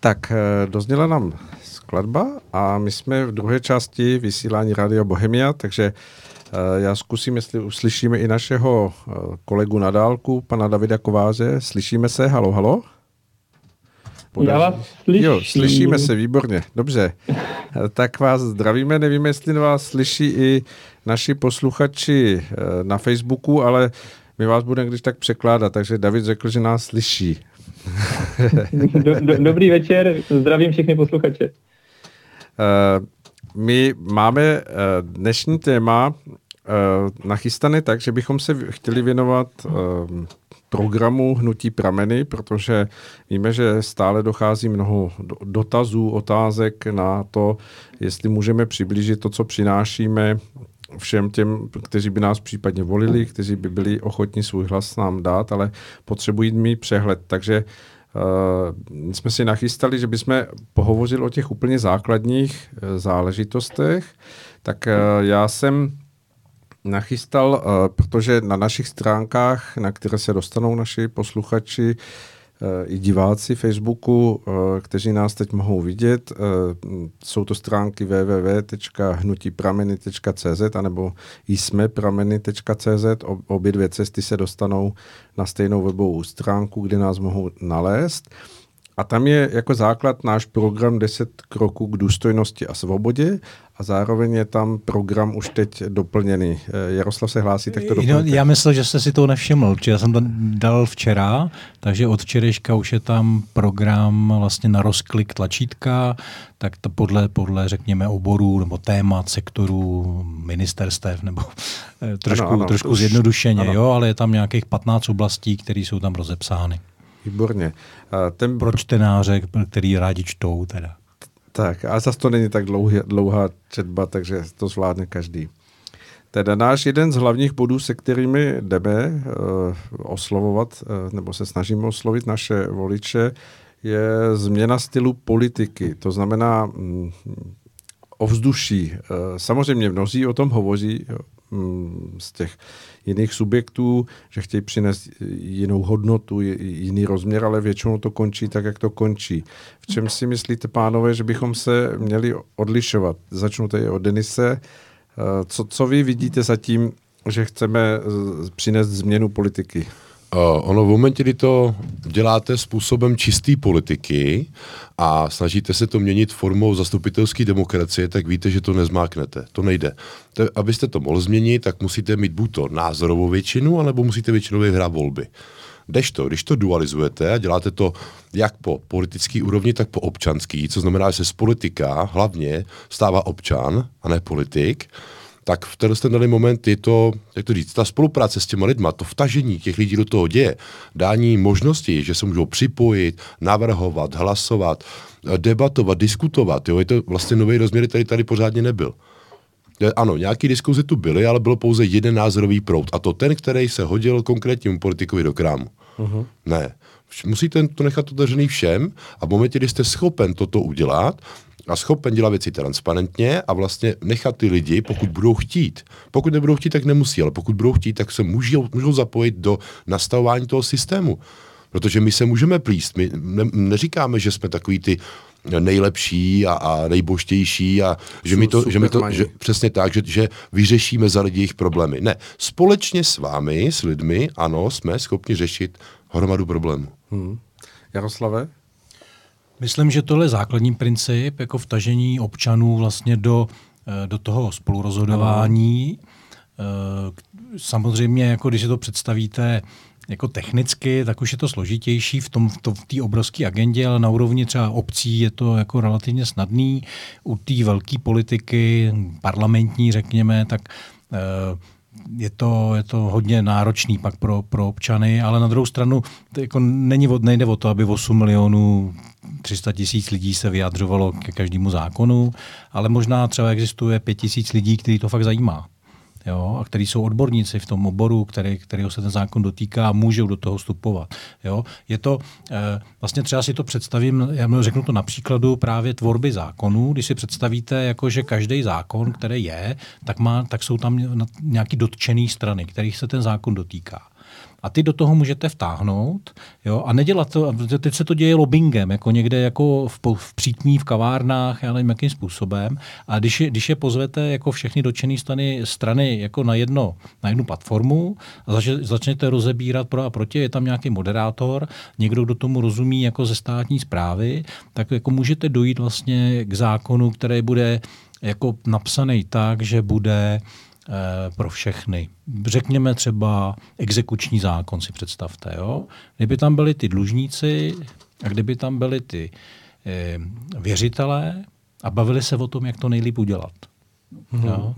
Tak, dozněla nám skladba a my jsme v druhé části vysílání Rádia Bohemia, takže já zkusím, jestli uslyšíme i našeho kolegu na dálku, pana Davida Kováře. Slyšíme se? Halo, halo? Já vás slyším. Jo, slyšíme se, výborně, dobře. Tak vás zdravíme, nevíme, jestli vás slyší i naši posluchači na Facebooku, ale my vás budeme když tak překládat, takže David řekl, že nás slyší. Dobrý večer, zdravím všechny posluchače. My máme dnešní téma nachystané tak, že bychom se chtěli věnovat programu Hnutí Prameny, protože víme, že stále dochází mnoho dotazů, otázek na to, jestli můžeme přiblížit to, co přinášíme všem těm, kteří by nás případně volili, kteří by byli ochotní svůj hlas nám dát, ale potřebují mít přehled. Takže jsme si nachystali, že bychom pohovořili o těch úplně základních záležitostech. Tak já jsem nachystal, protože na našich stránkách, na které se dostanou naši posluchači i diváci Facebooku, kteří nás teď mohou vidět, jsou to stránky www.hnutiprameny.cz anebo jsmeprameny.cz. Obě dvě cesty se dostanou na stejnou webovou stránku, kde nás mohou nalézt. A tam je jako základ náš program 10 kroků k důstojnosti a svobodě a zároveň je tam program už teď doplněný. Jaroslav se hlásí, tak to doplňte. Já myslel, že jste si to nevšiml, já jsem to dal včera, takže od včerejška už je tam program vlastně na rozklik tlačítka, tak to podle řekněme oborů nebo témat, sektorů, ministerstev nebo trošku zjednodušeně, ano. Jo, ale je tam nějakých 15 oblastí, které jsou tam rozepsány. Výborně. Pro čtenáře, který rádi čtou teda. Tak, a zase to není tak dlouhá četba, takže to zvládne každý. Teda náš jeden z hlavních bodů, se kterými jdeme oslovovat, nebo se snažíme oslovit naše voliče, je změna stylu politiky. To znamená ovzduší. Samozřejmě mnozí o tom hovoří, z těch jiných subjektů, že chtějí přinést jinou hodnotu, jiný rozměr, ale většinou to končí tak, jak to končí. V čem si myslíte, pánové, že bychom se měli odlišovat? Začnu tady od Denise. Co vy vidíte za tím, že chceme přinést změnu politiky? Ono v momentě, kdy to děláte způsobem čisté politiky a snažíte se to měnit formou zastupitelské demokracie, tak víte, že to nezmáknete. To nejde. Abyste to mohli změnit, tak musíte mít buď to názorovou většinu, anebo musíte většinově hrát volby. Když to dualizujete a děláte to jak po politické úrovni, tak po občanský, co znamená, že se z politika hlavně stává občan a ne politik, tak v ten daný moment je to, jak to říct, ta spolupráce s těma lidma, to vtažení těch lidí do toho děje, dání možnosti, že se můžou připojit, navrhovat, hlasovat, debatovat, diskutovat. Jo? Je to vlastně nový rozměr, který tady pořádně nebyl. Ano, nějaký diskuze tu byly, ale byl pouze jeden názorový proud. A to ten, který se hodil konkrétnímu politikovi do krámu. Ne. Musíte to nechat otevřený všem a v momentě, kdy jste schopen toto udělat, a schopen dělat věci transparentně a vlastně nechat ty lidi, pokud budou chtít. Pokud nebudou chtít, tak nemusí, ale pokud budou chtít, tak se můžou zapojit do nastavování toho systému. Protože my se můžeme plíst. My neříkáme, že jsme takový ty nejlepší a nejbožtější a že přesně tak, že vyřešíme za lidi jejich problémy. Ne, společně s vámi, s lidmi, ano, jsme schopni řešit hromadu problémů. Jaroslave? Myslím, že tohle je základní princip, jako vtažení občanů vlastně do toho spolurozhodování. Samozřejmě, jako když si to představíte jako technicky, tak už je to složitější v té obrovské agendě, ale na úrovni třeba obcí je to jako relativně snadný. U té velké politiky, parlamentní, řekněme, tak je to hodně náročný pak pro občany, ale na druhou stranu jako nejde o to, aby 8 milionů 300 000 lidí se vyjadřovalo ke každému zákonu, ale možná třeba existuje 5 000 lidí, který to fakt zajímá. Jo, a který jsou odborníci v tom oboru, kterého se ten zákon dotýká a můžou do toho vstupovat. Jo. Je to, vlastně třeba si to představím, já řeknu to na příkladu právě tvorby zákonů, když si představíte, jako, že každý zákon, který je, tak jsou tam nějaký dotčený strany, kterých se ten zákon dotýká. A ty do toho můžete vtáhnout, jo, a nedělat to, teď se to děje lobbingem, jako někde jako v přítmí, v kavárnách, já nevím, jakým způsobem. A když je pozvete jako všechny dotčené strany jako na jednu platformu a začnete rozebírat pro a proti, je tam nějaký moderátor, někdo, kdo tomu rozumí jako ze státní správy, tak jako můžete dojít vlastně k zákonu, který bude jako napsaný tak, že bude pro všechny. Řekněme třeba exekuční zákon, si představte. Jo? Kdyby tam byli ty dlužníci a kdyby tam byli ty věřitelé a bavili se o tom, jak to nejlíp udělat. Jo?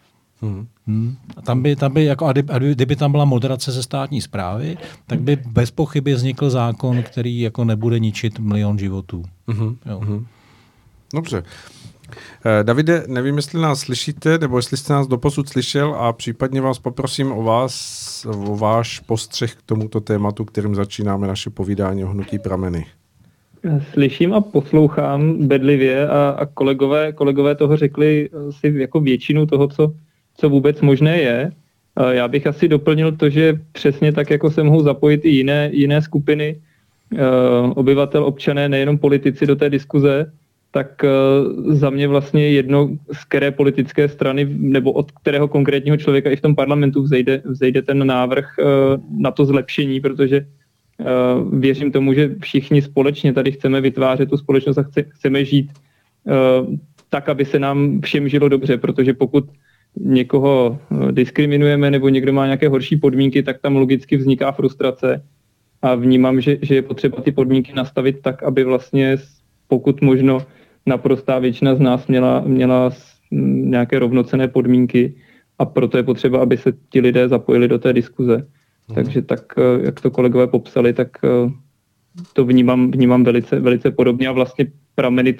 A kdyby tam byla moderace ze státní správy, tak by bez pochyby vznikl zákon, který jako nebude ničit milion životů. Jo? Dobře. Davide, nevím, jestli nás slyšíte, nebo jestli jste nás doposud slyšel a případně vás poprosím o váš postřeh k tomuto tématu, kterým začínáme naše povídání o hnutí Prameny. Slyším a poslouchám bedlivě a kolegové toho řekli si jako většinu toho, co vůbec možné je. Já bych asi doplnil to, že přesně tak, jako se mohou zapojit i jiné skupiny obyvatel, občané, nejenom politici do té diskuze, tak za mě vlastně jedno, z které politické strany nebo od kterého konkrétního člověka i v tom parlamentu vzejde ten návrh na to zlepšení, protože věřím tomu, že všichni společně tady chceme vytvářet tu společnost a chceme žít tak, aby se nám všem žilo dobře, protože pokud někoho diskriminujeme nebo někdo má nějaké horší podmínky, tak tam logicky vzniká frustrace a vnímám, že je potřeba ty podmínky nastavit tak, aby vlastně pokud možno naprostá většina z nás měla nějaké rovnocenné podmínky a proto je potřeba, aby se ti lidé zapojili do té diskuze. Takže tak, jak to kolegové popsali, tak to vnímám velice, velice podobně a vlastně Prameny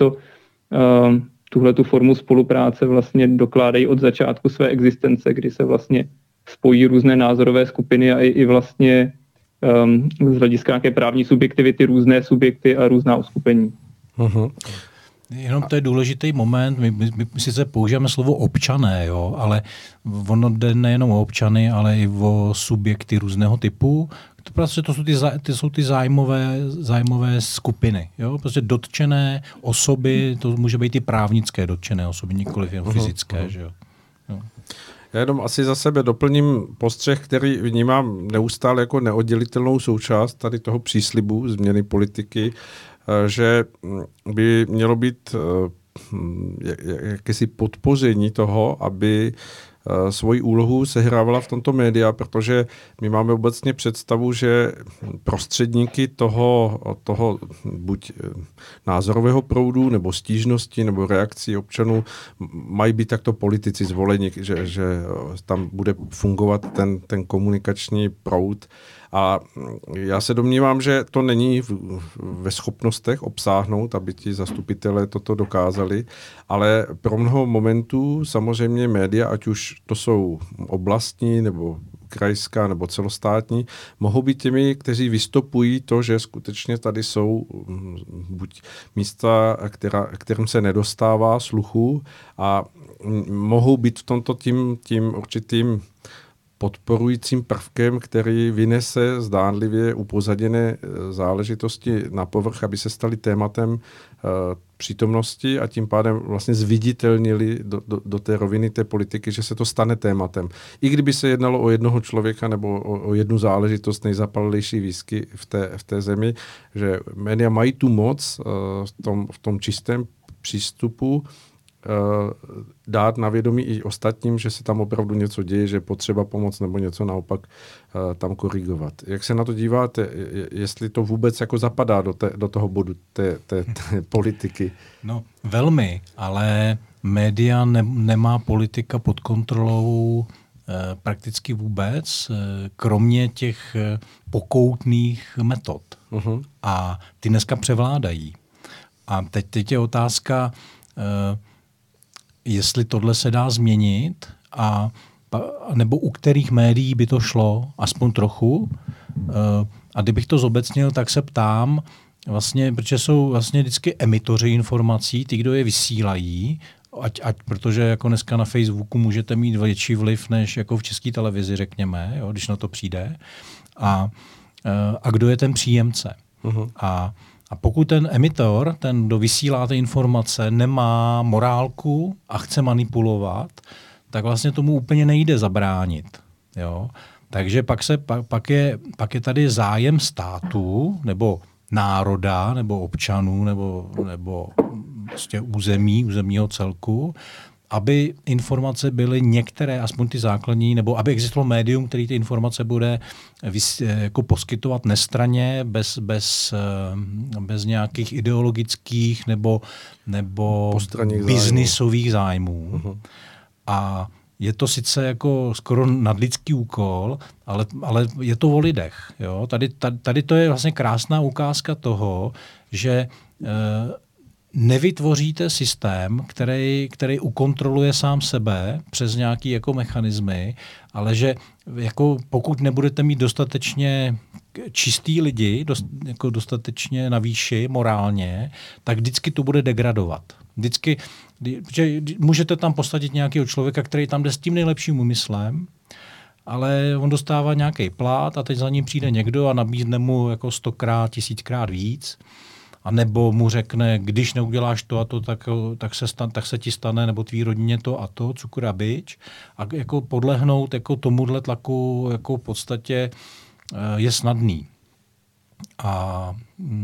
tuhletu formu spolupráce vlastně dokládají od začátku své existence, kdy se vlastně spojí různé názorové skupiny a i vlastně z hlediska nějaké právní subjektivity různé subjekty a různá uskupení. Jenom to je důležitý moment, my sice používáme slovo občané, jo, ale ono jde nejenom o občany, ale i o subjekty různého typu. Prostě to jsou ty zájmové skupiny. Jo? Prostě dotčené osoby, to může být i právnické dotčené osoby, nikoliv jen fyzické. Že jo? Já jenom asi za sebe doplním postřeh, který vnímám neustále jako neoddělitelnou součást tady toho příslibu změny politiky, že by mělo být jakési podpoření toho, aby svoji úlohu sehrávala v tomto média, protože my máme obecně představu, že prostředníky toho buď názorového proudu, nebo stížnosti, nebo reakcí občanů mají být takto politici zvoleni, že tam bude fungovat ten komunikační proud. A já se domnívám, že to není ve schopnostech obsáhnout, aby ti zastupitelé toto dokázali, ale pro mnoho momentů samozřejmě média, ať už to jsou oblastní nebo krajská nebo celostátní, mohou být těmi, kteří vystopují to, že skutečně tady jsou buď místa, kterým se nedostává sluchu a mohou být v tomto tím určitým podporujícím prvkem, který vynese zdánlivě upozaděné záležitosti na povrch, aby se staly tématem přítomnosti a tím pádem vlastně zviditelnili do té roviny té politiky, že se to stane tématem. I kdyby se jednalo o jednoho člověka nebo o jednu záležitost nejzapalilejší výsky v té zemi, že média mají tu moc v tom čistém přístupu dát na vědomí i ostatním, že se tam opravdu něco děje, že je potřeba pomoct nebo něco naopak tam korigovat. Jak se na to díváte, jestli to vůbec jako zapadá do toho bodu té politiky? No, velmi, ale média nemá politika pod kontrolou prakticky vůbec, kromě těch pokoutných metod. A ty dneska převládají. A teď je otázka, jestli tohle se dá změnit nebo u kterých médií by to šlo, aspoň trochu. A kdybych to zobecnil, tak se ptám, vlastně, protože jsou vlastně vždycky emitoři informací, ty, kdo je vysílají, protože jako dneska na Facebooku můžete mít větší vliv než jako v České televizi, řekněme, jo, když na to přijde. A kdo je ten příjemce. A pokud ten emitor, ten, kdo vysílá ty informace, nemá morálku a chce manipulovat, tak vlastně tomu úplně nejde zabránit. Jo? Takže pak je tady zájem státu, nebo národa, nebo občanů, nebo prostě územního celku, aby informace byly některé, aspoň ty základní, nebo aby existovalo médium, který ty informace bude jako poskytovat nestranně, bez nějakých ideologických nebo biznisových zájmů. A je to sice jako skoro nadlidský úkol, ale je to o lidech. Jo? Tady to je vlastně krásná ukázka toho, že nevytvoříte systém, který ukontroluje sám sebe přes nějaké jako mechanismy, ale že jako pokud nebudete mít dostatečně čistý lidi, dostatečně na výši morálně, tak vždycky to bude degradovat. Vždycky, že můžete tam posadit nějakého člověka, který tam jde s tím nejlepším úmyslem, ale on dostává nějaký plát a teď za ním přijde někdo a nabídne mu jako 100krát, 1000krát víc. A nebo mu řekne, když neuděláš to a to, tak se ti stane, nebo tvý rodině to a to, cukr a bič. A jako podlehnout jako tomuhle tlaku jako v podstatě je snadný. A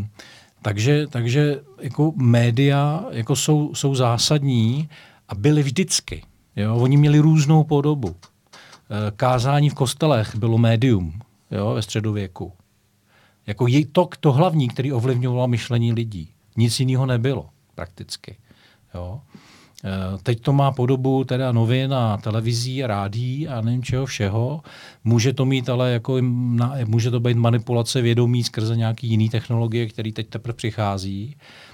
takže jako média jako jsou zásadní a byly vždycky. Jo? Oni měli různou podobu. Kázání v kostelech bylo médium, jo? Ve středověku. Jako to hlavní, který ovlivňovalo myšlení lidí. Nic jiného nebylo prakticky. Jo? Teď to má podobu teda novin a televizí a rádií a nevím čeho všeho. Může to mít ale jako může to být manipulace vědomí skrze nějaký jiný technologie, který teď teprve přichází.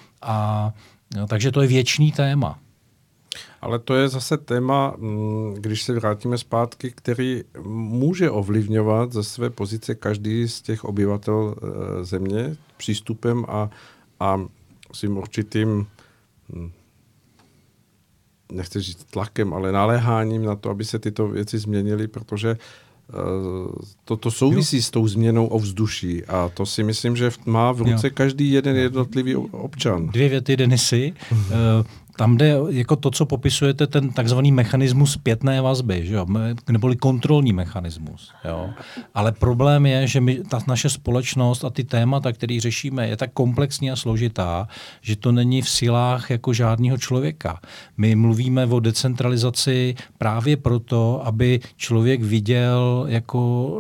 Takže to je věčný téma. Ale to je zase téma, když se vrátíme zpátky, který může ovlivňovat ze své pozice každý z těch obyvatel země přístupem a svým určitým, nechci říct tlakem, ale naléháním na to, aby se tyto věci změnily, protože to souvisí s tou změnou ovzduší a to si myslím, že má v ruce každý jeden jednotlivý občan. 2 věty, Denisy. Tam jde jako to, co popisujete, ten takzvaný mechanismus zpětné vazby, že jo? Neboli kontrolní mechanismus. Jo? Ale problém je, že ta naše společnost a ty témata, které řešíme, je tak komplexní a složitá, že to není v silách jako žádného člověka. My mluvíme o decentralizaci právě proto, aby člověk viděl jako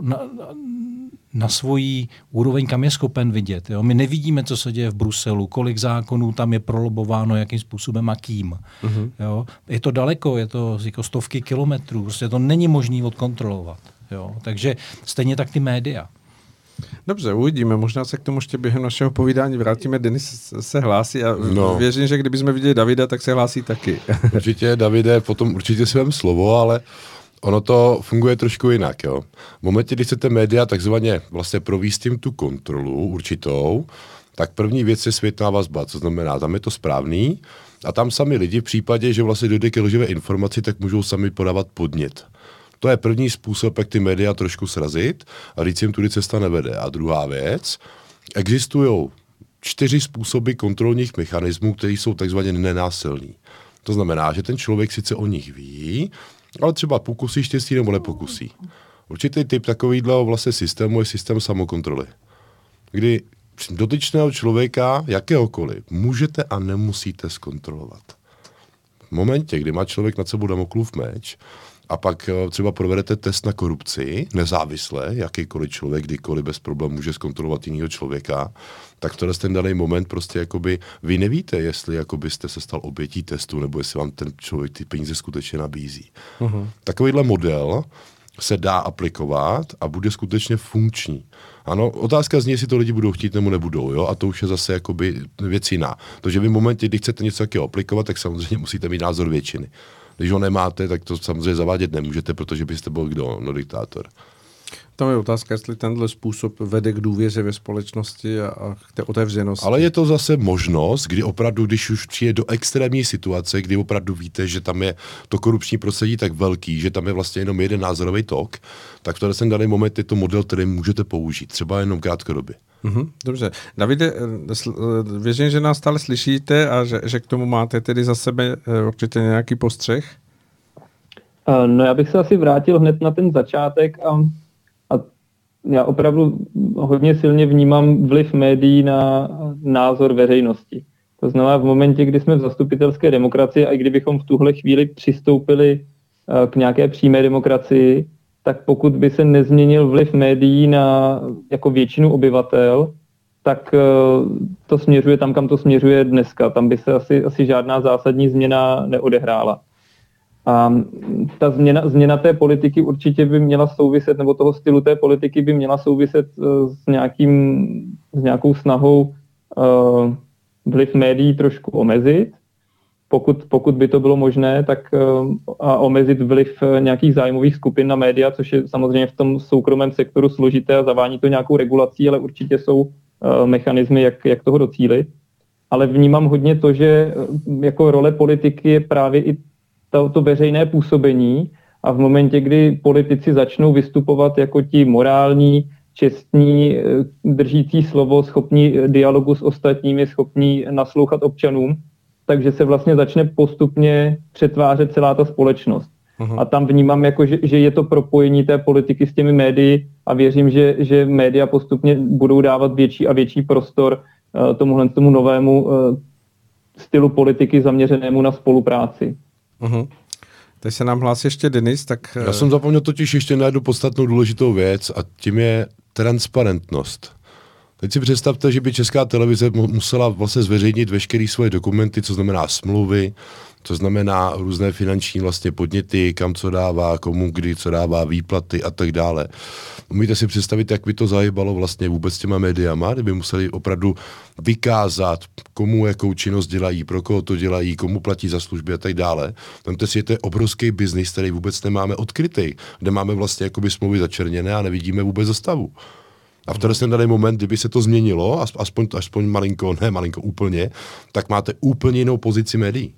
na svoji úroveň, kam je schopen vidět. Jo? My nevidíme, co se děje v Bruselu, kolik zákonů tam je prolobováno, jakým způsobem a kým. Jo? Je to daleko, je to jako stovky kilometrů, prostě to není možné odkontrolovat. Jo? Takže stejně tak ty média. Dobře, uvidíme. Možná se k tomu ještě během našeho povídání vrátíme. Denis se hlásí a věřím, že kdybychom viděli Davida, tak se hlásí taky. Určitě, Davide, potom určitě si vem slovo, ale ono to funguje trošku jinak. Jo. V momentě, kdy chcete média takzvaně vlastně provést tím tu kontrolu určitou, tak první věc je zpětná vazba, co znamená, tam je to správný a tam sami lidi v případě, že vlastně dojde ke lživé informaci, tak můžou sami podávat podnět. To je první způsob, jak ty média trošku srazit a říct jim, tudy cesta nevede. A druhá věc, existují 4 způsoby kontrolních mechanismů, které jsou takzvaně nenásilní. To znamená, že ten člověk sice o nich ví, ale třeba pokusí štěstí nebo nepokusí. Určitý typ takovýhle vlastně systému je systém samokontroly, kdy dotyčného člověka, jakéhokoliv, můžete a nemusíte zkontrolovat. V momentě, kdy má člověk nad sebou Damoklův meč a pak třeba provedete test na korupci, nezávisle, jakýkoliv člověk, kdykoliv bez problémů může zkontrolovat jiného člověka, tak to ten daný moment prostě jakoby vy nevíte, jestli jakoby jste se stal obětí testu, nebo jestli vám ten člověk ty peníze skutečně nabízí. Takovýhle model se dá aplikovat a bude skutečně funkční. Ano, otázka zní, jestli to lidi budou chtít nebo nebudou, jo? A to už je zase jakoby věc jiná. Takže vy v momentě, kdy chcete něco takového aplikovat, tak samozřejmě musíte mít názor většiny. Když ho nemáte, tak to samozřejmě zavádět nemůžete, protože byste byl kdo? No, diktátor. To je otázka, jestli tenhle způsob vede k důvěře ve společnosti a k té otevřenosti. Ale je to zase možnost, kdy opravdu, když už přijde do extrémní situace, kdy opravdu víte, že tam je to korupční prostředí tak velký, že tam je vlastně jenom jeden názorový tok, tak v ten daný moment je to model, který můžete použít, třeba jenom krátkodobě. Dobře. Davide, věřím, že nás stále slyšíte a že k tomu máte tedy za sebe určitě nějaký postřeh. No já bych se asi vrátil hned na ten začátek a já opravdu hodně silně vnímám vliv médií na názor veřejnosti. To znamená, v momentě, kdy jsme v zastupitelské demokracii a i kdybychom v tuhle chvíli přistoupili k nějaké přímé demokracii, tak pokud by se nezměnil vliv médií na jako většinu obyvatel, tak to směřuje tam, kam to směřuje dneska. Tam by se asi žádná zásadní změna neodehrála. A ta změna té politiky určitě by měla souviset, nebo toho stylu té politiky by měla souviset s nějakou snahou vliv médií trošku omezit, pokud by to bylo možné, tak a omezit vliv nějakých zájmových skupin na média, což je samozřejmě v tom soukromém sektoru složité a zavání to nějakou regulací, ale určitě jsou mechanismy, jak toho docílit. Ale vnímám hodně to, že jako role politiky je právě i to veřejné působení a v momentě, kdy politici začnou vystupovat jako ti morální, čestní, držící slovo, schopní dialogu s ostatními, schopní naslouchat občanům, takže se vlastně začne postupně přetvářet celá ta společnost. A tam vnímám, jako, že je to propojení té politiky s těmi médii a věřím, že média postupně budou dávat větší a větší prostor tomu novému stylu politiky zaměřenému na spolupráci. Teď se nám hlásí ještě Denis, tak... Já jsem zapomněl totiž ještě na jednu podstatnou důležitou věc a tím je transparentnost. Teď si představte, že by Česká televize musela vlastně zveřejnit veškeré svoje dokumenty, co znamená smlouvy, co znamená různé finanční vlastně podněty, kam co dává, komu kdy co dává, výplaty a tak dále. Umíte si představit, jak by to zahybalo vlastně vůbec těma médiama, kdyby museli opravdu vykázat, komu jakou činnost dělají, pro koho to dělají, komu platí za služby a tak dále. Vemte si, to je obrovský biznis, který vůbec nemáme odkrytý, kde máme vlastně jakoby smlouvy začerněné a nevidíme vůbec zastavu. A v ten daný moment, kdyby se to změnilo, aspoň malinko, ne malinko úplně, tak máte úplně jinou pozici médií.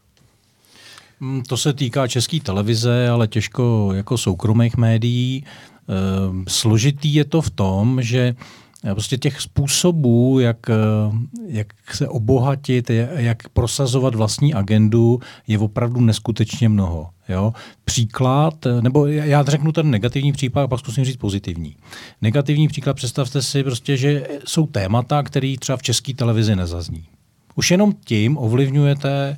To se týká České televize, ale těžko jako soukromých médií. Složitý je to v tom, že prostě těch způsobů, jak se obohatit, jak prosazovat vlastní agendu, je opravdu neskutečně mnoho. Jo? Příklad, nebo já řeknu ten negativní příklad, a pak zkusím říct pozitivní. Negativní příklad, představte si prostě, že jsou témata, které třeba v České televizi nezazní. Už jenom tím ovlivňujete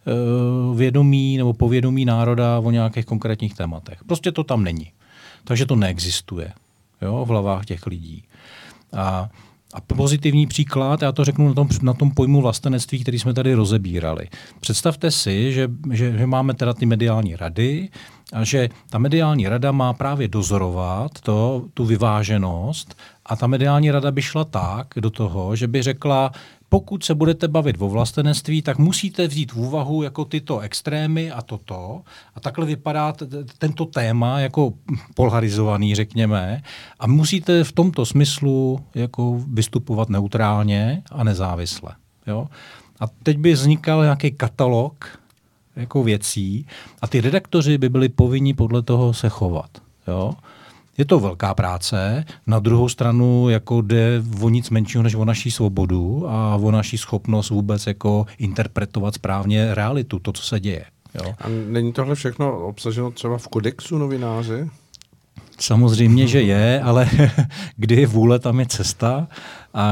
vědomí nebo povědomí národa o nějakých konkrétních tématech. Prostě to tam není. Takže to neexistuje, jo, v hlavách těch lidí. A pozitivní příklad, já to řeknu na tom pojmu vlastenectví, který jsme tady rozebírali. Představte si, že máme teda ty mediální rady a že ta mediální rada má právě dozorovat tu vyváženost a ta mediální rada by šla tak do toho, že by řekla, pokud se budete bavit o vlastenectví, tak musíte vzít v úvahu jako tyto extrémy a toto. A takhle vypadá tento téma jako polarizovaný, řekněme. A musíte v tomto smyslu jako vystupovat neutrálně a nezávisle. Jo? A teď by vznikal nějaký katalog jako věcí a ty redaktoři by byli povinni podle toho se chovat. Jo? Je to velká práce, na druhou stranu jako jde o nic menšího než o naší svobodu a o naší schopnost vůbec jako interpretovat správně realitu, to, co se děje. Jo? A není tohle všechno obsaženo třeba v kodexu novináře? Samozřejmě, že je, ale kdy je vůle, tam je cesta. A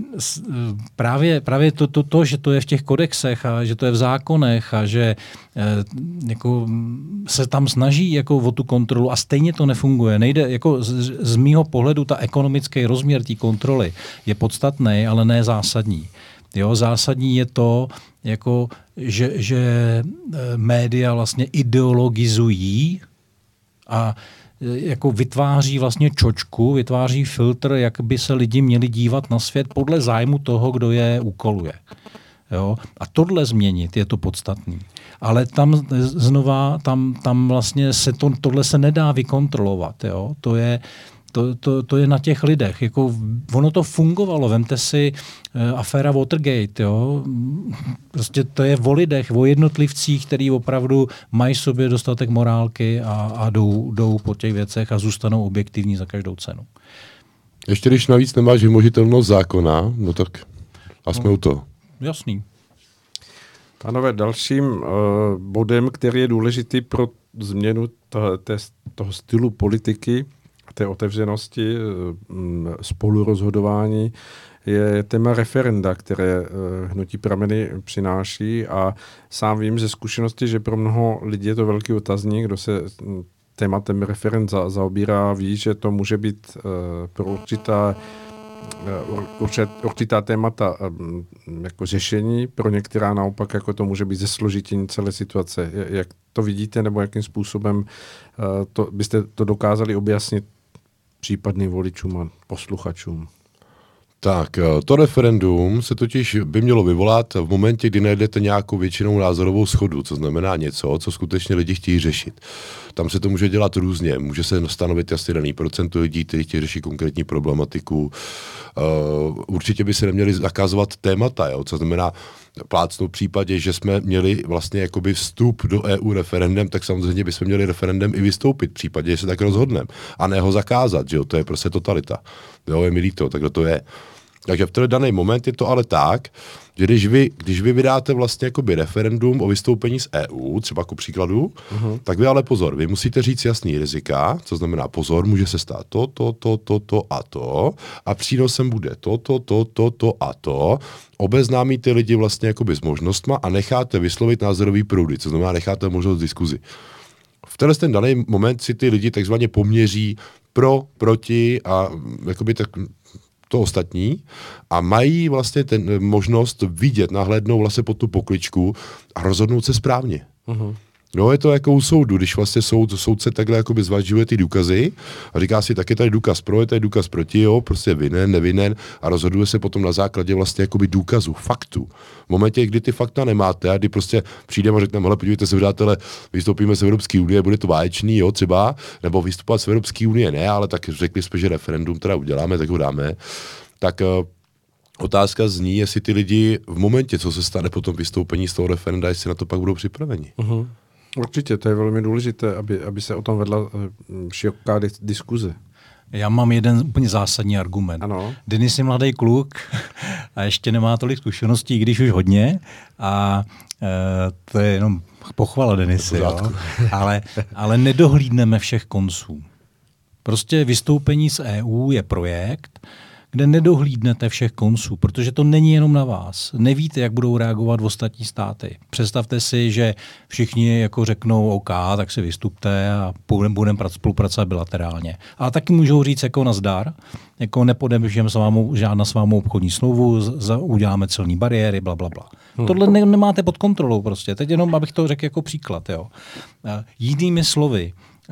právě to, že to je v těch kodexech a že to je v zákonech a že jako se tam snaží jako o tu kontrolu a stejně to nefunguje. Nejde, jako z mýho pohledu ta ekonomický rozměr té kontroly je podstatný, ale ne zásadní. Jo, zásadní je to, jako, že média vlastně ideologizují a jako vytváří vlastně čočku, vytváří filtr, jak by se lidi měli dívat na svět podle zájmu toho, kdo je úkoluje. Jo? A tohle změnit je to podstatný. Ale tam znova, tam vlastně tohle se nedá vykontrolovat. Jo? To je na těch lidech. Jako, ono to fungovalo. Vemte si aféra Watergate. Jo? Prostě to je o lidech, o jednotlivcích, který opravdu mají sobě dostatek morálky a jdou po těch věcech a zůstanou objektivní za každou cenu. Ještě když navíc nemáš vymožitelnost zákona, no tak a jsme u toho. Jasný. Pánové, dalším bodem, který je důležitý pro změnu toho stylu politiky, té otevřenosti, spolurozhodování, je téma referenda, které hnutí Prameny přináší, a sám vím ze zkušenosti, že pro mnoho lidí je to velký otazník, kdo se tématem referend zaobírá, ví, že to může být pro určitá témata jako řešení, pro některá naopak jako to může být zesložitění celé situace. Jak to vidíte, nebo jakým způsobem byste to dokázali objasnit případným voličům a posluchačům? Tak, to referendum se totiž by mělo vyvolat v momentě, kdy najdete nějakou většinou názorovou shodu, co znamená něco, co skutečně lidi chtějí řešit. Tam se to může dělat různě. Může se stanovit asi daný procent lidí, kteří chtějí řešit konkrétní problematiku. Určitě by se neměli zakazovat témata, jo? Co znamená plácnout v případě, že jsme měli vlastně jakoby vstup do EU referendem, tak samozřejmě bychom měli referendem i vystoupit v případě, že se tak rozhodneme. A ne ho zakázat, že jo? To je prostě totalita. Jo, je mi líto, takhle to je. Takže v ten daný moment je to ale tak, že když vy vydáte vlastně jakoby referendum o vystoupení z EU, třeba jako příkladu, tak vy ale pozor, vy musíte říct jasný rizika, co znamená pozor, může se stát to a přínosem bude to a to. Obeznámíte lidi vlastně jakoby s možnostma a necháte vyslovit názorový proudy, co znamená necháte možnost diskuzi. V ten daný moment si ty lidi takzvaně poměří pro, proti a jakoby tak to ostatní a mají vlastně ten možnost vidět, nahlédnout vlastně pod tu pokličku a rozhodnout se správně. No, je to jako u soudu, když vlastně soudce takhle jakoby zvažuje ty důkazy a říká si, tak je tady důkaz pro, je tady důkaz proti, jo, prostě vinen, nevinen a rozhoduje se potom na základě vlastně jakoby důkazů, faktů. V momentě, kdy ty fakta nemáte a kdy prostě přijdeme a řekneme, hele, podívejte se, přátelé, vystoupíme z Evropské unie, bude to báječný, jo, třeba, nebo vystupovat z Evropské unie ne, ale tak řekli jsme, že referendum teda uděláme, tak ho dáme. Tak otázka zní, jestli ty lidi v momentě, co se stane po tom vystoupení z toho referenda, jestli na to pak budou připraveni. Určitě, to je velmi důležité, aby se o tom vedla široká diskuze. Já mám jeden úplně zásadní argument. Ano. Denis je mladý kluk a ještě nemá tolik zkušeností, když už hodně. A to je jenom pochvala Denisi, jo? Ale nedohlídneme všech konců. Prostě vystoupení z EU je projekt, kde nedohlídnete všech konců, protože to není jenom na vás. Nevíte, jak budou reagovat ostatní státy. Představte si, že všichni jako řeknou OK, tak si vystupte a budeme spolupracovat bilaterálně. Ale taky můžou říct jako nazdar, jako nepodepíšeme žádná s vámi obchodní smlouvu, uděláme celní bariéry, blablabla. Tohle nemáte pod kontrolou prostě. Teď jenom, abych to řekl jako příklad. Jo. Jinými slovy,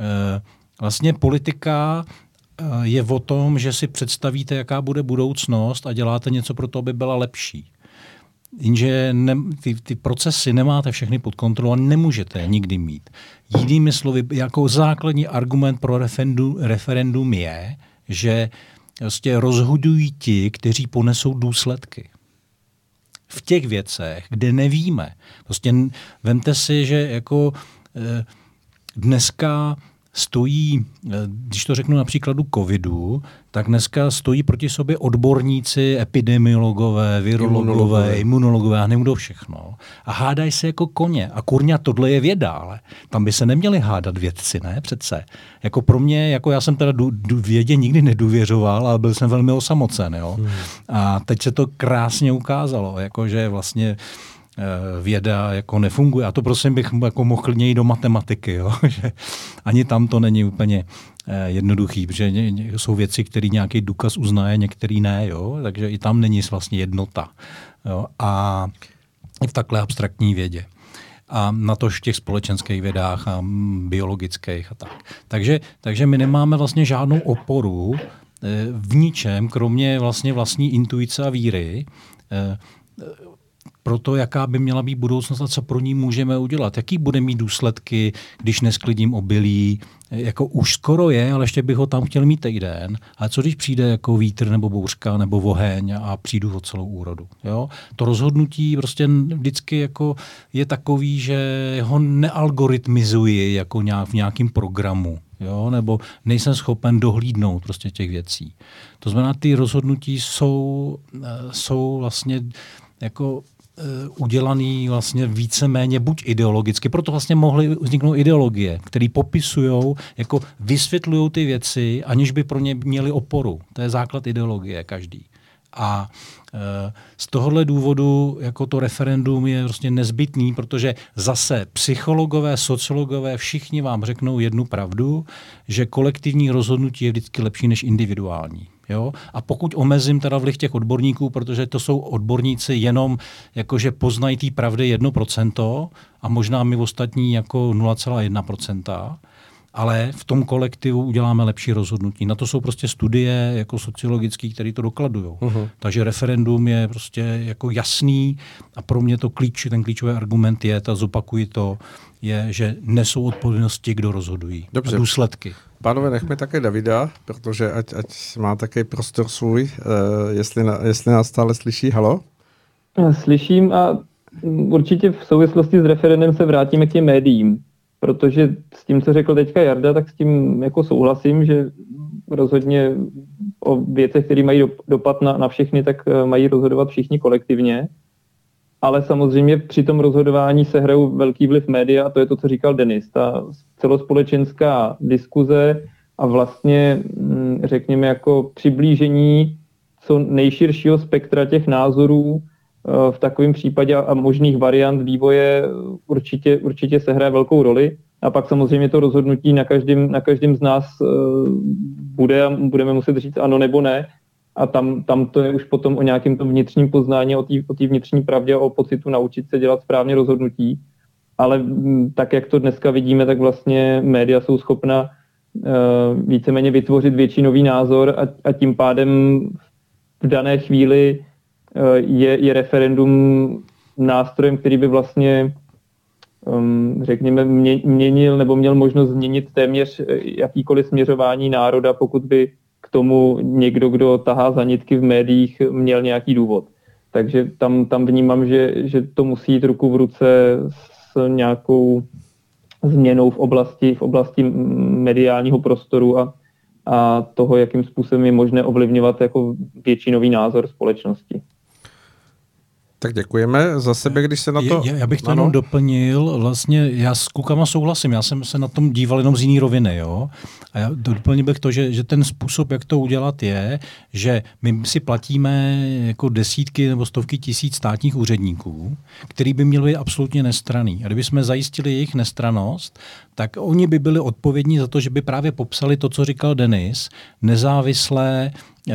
vlastně politika je o tom, že si představíte, jaká bude budoucnost a děláte něco pro to, aby byla lepší. Jenže ty procesy nemáte všechny pod kontrolou a nemůžete je nikdy mít. Jinými slovy, jako základní argument pro referendum je, že vlastně rozhodují ti, kteří ponesou důsledky. V těch věcech, kde nevíme. Prostě vemte si, že jako dneska stojí, když to řeknu na příkladu covidu, tak dneska stojí proti sobě odborníci, epidemiologové, virologové, imunologové a nevím kdo všechno. A hádají se jako koně. A kurňa, tohle je věda, ale tam by se neměli hádat vědci, ne? Přece. Jako pro mě, jako já jsem teda vědě nikdy nedůvěřoval, ale byl jsem velmi osamocen. Jo? A teď se to krásně ukázalo, jakože vlastně věda jako nefunguje. A to prosím bych jako mohl klidně jít do matematiky, jo? Že ani tam to není úplně jednoduchý, protože jsou věci, které nějaký důkaz uznaje, některý ne, jo? Takže i tam není vlastně jednota. Jo? A i v takhle abstraktní vědě. A na to v těch společenských vědách a biologických a tak. Takže my nemáme vlastně žádnou oporu v ničem, kromě vlastně vlastní intuice a víry, pro to, jaká by měla být budoucnost a co pro ní můžeme udělat. Jaký bude mít důsledky, když nesklidím obilí, jako už skoro je, ale ještě bych ho tam chtěl mít týden. A co když přijde jako vítr nebo bouřka nebo oheň a přijdu o celou úrodu. Jo? To rozhodnutí prostě vždycky jako je takový, že ho nealgoritmizuji jako v nějakým programu. Jo? Nebo nejsem schopen dohlídnout prostě těch věcí. To znamená, ty rozhodnutí jsou vlastně jako udělaný vlastně víceméně buď ideologicky, proto vlastně mohly vzniknout ideologie, které popisují, jako vysvětlují ty věci, aniž by pro ně měli oporu. To je základ ideologie každý. A z tohohle důvodu jako to referendum je prostě nezbytný, protože zase psychologové, sociologové, všichni vám řeknou jednu pravdu, že kolektivní rozhodnutí je vždycky lepší než individuální. Jo? A pokud omezím teda vliv těch odborníků, protože to jsou odborníci jenom jakože poznají té pravdy 1% a možná my ostatní jako 0,1%, ale v tom kolektivu uděláme lepší rozhodnutí. Na to jsou prostě studie jako sociologické, které to dokladují. Takže referendum je prostě jako jasný a pro mě ten klíčový argument je, zopakuji to, je, že nesou odpovědnosti, kdo rozhodují. Dobře. A důsledky. Pánové, nechme také Davida, protože ať má také prostor svůj, jestli nás stále slyší. Halo? Slyším a určitě v souvislosti s referendem se vrátíme k těm médiím, protože s tím, co řekl teďka Jarda, tak s tím jako souhlasím, že rozhodně o věcech, které mají dopad na všechny, tak mají rozhodovat všichni kolektivně. Ale samozřejmě při tom rozhodování se hrajou velký vliv média a to je to, co říkal Denis. Ta celospolečenská diskuze a vlastně, řekněme, jako přiblížení co nejširšího spektra těch názorů v takovém případě a možných variant vývoje určitě se hraje velkou roli. A pak samozřejmě to rozhodnutí na každém z nás bude a budeme muset říct ano nebo ne. A tam to je už potom o nějakém tom vnitřním poznání, o té vnitřní pravdě a o pocitu naučit se dělat správně rozhodnutí. Ale tak, jak to dneska vidíme, tak vlastně média jsou schopna víceméně vytvořit většinový názor a tím pádem v dané chvíli je referendum nástrojem, který by vlastně, řekněme, měnil nebo měl možnost změnit téměř jakýkoliv směřování národa, pokud by k tomu někdo, kdo tahá za nitky v médiích, měl nějaký důvod. Takže tam vnímám, že to musí jít ruku v ruce s nějakou změnou v oblasti mediálního prostoru a toho, jakým způsobem je možné ovlivňovat jako většinový názor společnosti. Tak děkujeme. Za sebe, když se na to... Já bych to jenom doplnil. Vlastně já s klukama souhlasím. Já jsem se na tom díval jenom z jiný roviny. Jo? A já doplnil bych to, že ten způsob, jak to udělat je, že my si platíme jako desítky nebo stovky tisíc státních úředníků, který by měli být absolutně nestranný. A kdybychom zajistili jejich nestrannost, tak oni by byli odpovědní za to, že by právě popsali to, co říkal Denis, nezávisle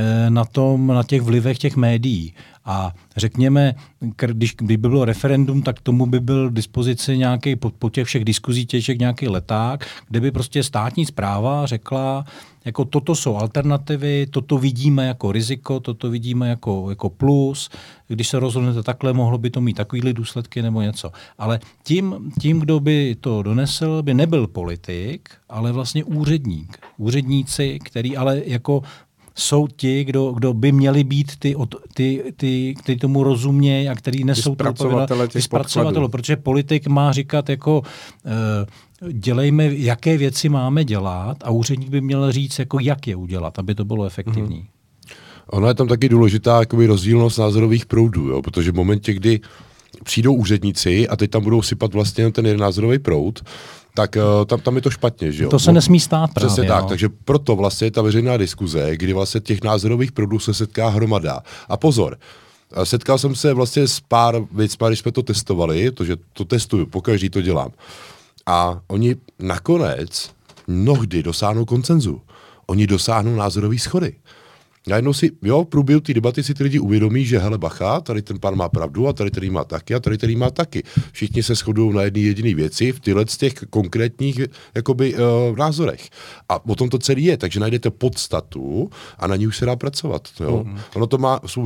na těch vlivech těch médií. A řekněme, kdyby bylo referendum, tak tomu by byl k dispozici nějaký po těch všech diskuzí těžek nějaký leták, kde by prostě státní správa řekla, jako toto jsou alternativy, toto vidíme jako riziko, toto vidíme jako plus, když se rozhodnete takhle, mohlo by to mít takovýhle důsledky nebo něco. Ale tím, kdo by to donesl, by nebyl politik, ale vlastně úředník. Úředníci, který ale jako jsou ti, kdo by měli být ty tomu rozumějí a který nesou ty zpracovatelů, protože politik má říkat jako dělejme, jaké věci máme dělat a úředník by měl říct, jako jak je udělat, aby to bylo efektivní. Ono je tam taky důležitá rozdílnost názorových proudů, jo? Protože v momentě, kdy přijdou úředníci a teď tam budou sypat vlastně ten jeden názorový proud, tak tam je to špatně, že jo? To se nesmí stát právě. Přesně tak, takže proto vlastně je ta veřejná diskuze, kdy vlastně těch názorových proudů se setká hromada. A pozor, setkal jsem se vlastně s pár věcmi, když jsme to testovali, protože to testuju, pokaždý to dělám. A oni nakonec mnohdy dosáhnou konsenzu. Oni dosáhnou názorový shody. Najednou si, v průběhu té debaty si ty lidi uvědomí, že hele bacha, tady ten pán má pravdu a tady ten má taky a tady ten má taky. Všichni se shodují na jedné jediné věci v těchto z těch konkrétních názorech. A o tom to celé je, takže najdete podstatu a na ní už se dá pracovat. Jo? Ono to má svůj vývoj.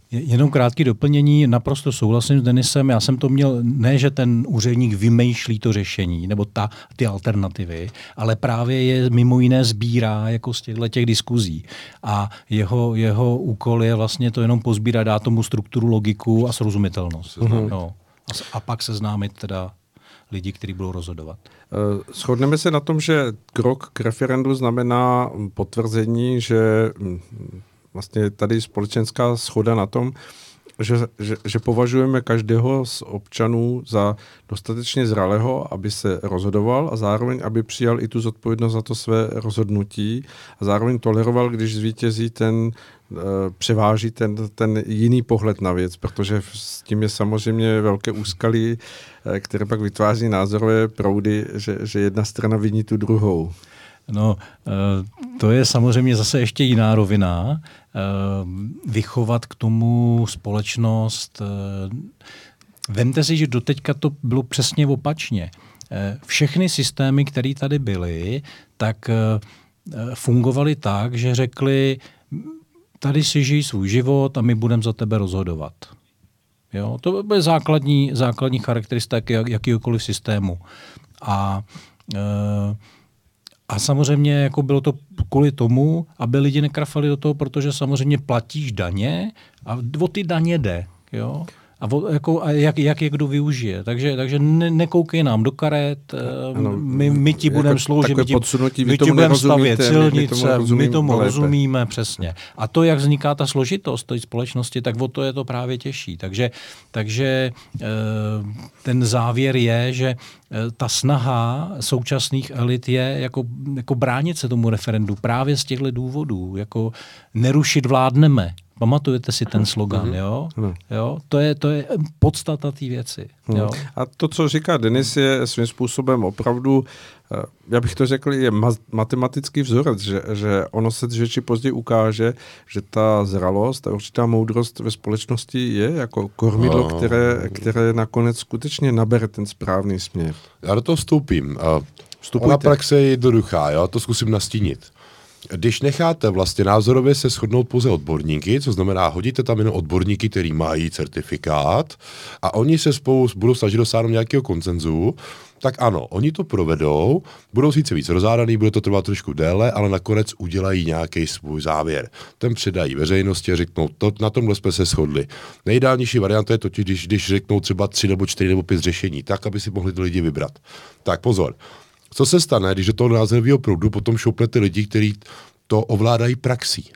Jenom krátké doplnění, naprosto souhlasím s Denisem. Já jsem to měl, ne, že ten úředník vymýšlí to řešení, nebo ty alternativy, ale právě je mimo jiné sbírá jako z těch diskuzí. A jeho úkol je vlastně to jenom pozbírat, dát tomu strukturu, logiku a srozumitelnost. No. A pak seznámit teda lidi, kteří budou rozhodovat. Shodneme se na tom, že krok k referendu znamená potvrzení, že vlastně tady společenská shoda na tom, že považujeme každého z občanů za dostatečně zralého, aby se rozhodoval a zároveň, aby přijal i tu zodpovědnost za to své rozhodnutí a zároveň toleroval, když zvítězí převáží ten jiný pohled na věc, protože s tím je samozřejmě velké úskalí, které pak vytváří názorové proudy, že jedna strana viní tu druhou. No, to je samozřejmě zase ještě jiná rovina. Vychovat k tomu společnost. Vemte si, že doteďka to bylo přesně opačně. Všechny systémy, které tady byly, tak fungovaly tak, že řekli, tady si žij svůj život a my budeme za tebe rozhodovat. Jo? To byly základní charakteristiky jakýkoliv systému. A samozřejmě jako bylo to kvůli tomu, aby lidi nekrafali do toho, protože samozřejmě platíš daně a o ty daně jde. Jo? A jak je kdo využije. Takže nekoukej nám do karet, my ti budeme sloužit, my ti budeme stavět silnice, my tomu rozumíme přesně. A to, jak vzniká ta složitost té společnosti, tak o to je to právě těžší. Takže ten závěr je, že ta snaha současných elit je jako bránit se tomu referendu právě z těchto důvodů, jako nerušit vládneme. Pamatujete si ten slogan, jo? Jo? To je podstata té věci. Jo? A to, co říká Denis, je svým způsobem opravdu, já bych to řekl, je matematický vzorec, že ono se dříve či později ukáže, že ta zralost a určitá moudrost ve společnosti je jako kormidlo, které nakonec skutečně nabere ten správný směr. Já do toho vstoupím. Ona praxe je jednoduchá, já to zkusím nastínit. Když necháte vlastně názorově se shodnout pouze odborníky, co znamená, hodíte tam jenom odborníky, který mají certifikát a oni se spolu budou snažit dosáhnout nějakého konsenzu, tak ano, oni to provedou, budou sice víc rozhádaný, bude to trvat trošku déle, ale nakonec udělají nějaký svůj závěr. Ten předají veřejnosti a řeknou, na tomhle jsme se shodli. Nejideálnější varianta je totiž, když řeknou třeba 3 nebo 4 nebo 5 řešení, tak, aby si mohli ty lidi vybrat. Tak pozor. Co se stane, když do toho názorového proudu potom šoupnete lidi, kteří to ovládají praxí?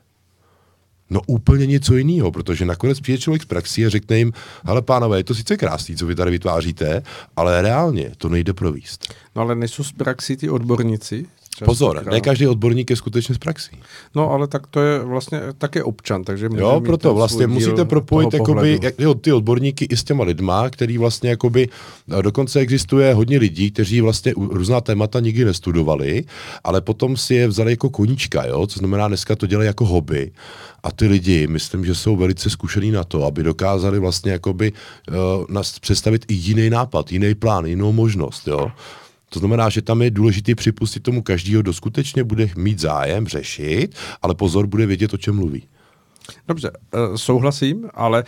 No úplně něco jiného, protože nakonec přijde člověk z praxí a řekne jim, hele pánové, je to sice krásný, co vy tady vytváříte, ale reálně to nejde provést. No ale nejsou z praxí ty odborníci? Pozor, ne každý odborník je skutečně z praxí. No, ale tak to je vlastně také občan, takže jo, proto vlastně musíte propojit jakoby, ty odborníky i s těma lidma, který vlastně jakoby, dokonce existuje hodně lidí, kteří vlastně různá témata nikdy nestudovali, ale potom si je vzali jako koníčka, jo, co znamená dneska to dělají jako hobby. A ty lidi, myslím, že jsou velice zkušení na to, aby dokázali vlastně jakoby představit i jiný nápad, jiný plán, jinou možnost, jo. To znamená, že tam je důležité připustit tomu každýho, kdo skutečně bude mít zájem řešit, ale pozor, bude vědět, o čem mluví. Dobře, souhlasím, ale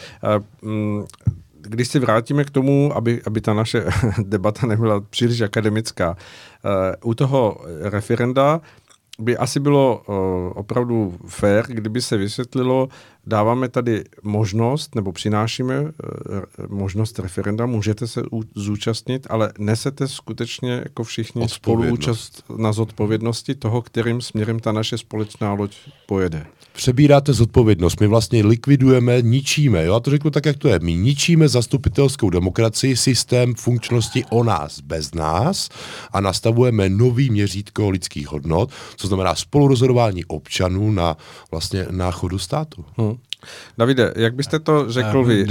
když si vrátíme k tomu, aby ta naše debata nebyla příliš akademická, u toho referenda by asi bylo opravdu fér, kdyby se vysvětlilo, dáváme tady možnost, nebo přinášíme možnost referenda, můžete se zúčastnit, ale nesete skutečně jako všichni spoluúčast na zodpovědnosti toho, kterým směrem ta naše společná loď pojede. Přebíráte zodpovědnost, my vlastně likvidujeme, ničíme, jo, a to řeknu tak, jak to je, my ničíme zastupitelskou demokracii, systém funkčnosti o nás, bez nás a nastavujeme nový měřítko lidských hodnot, co znamená spolurozhodování občanů na chodu státu. Davide, jak byste to řekl vy?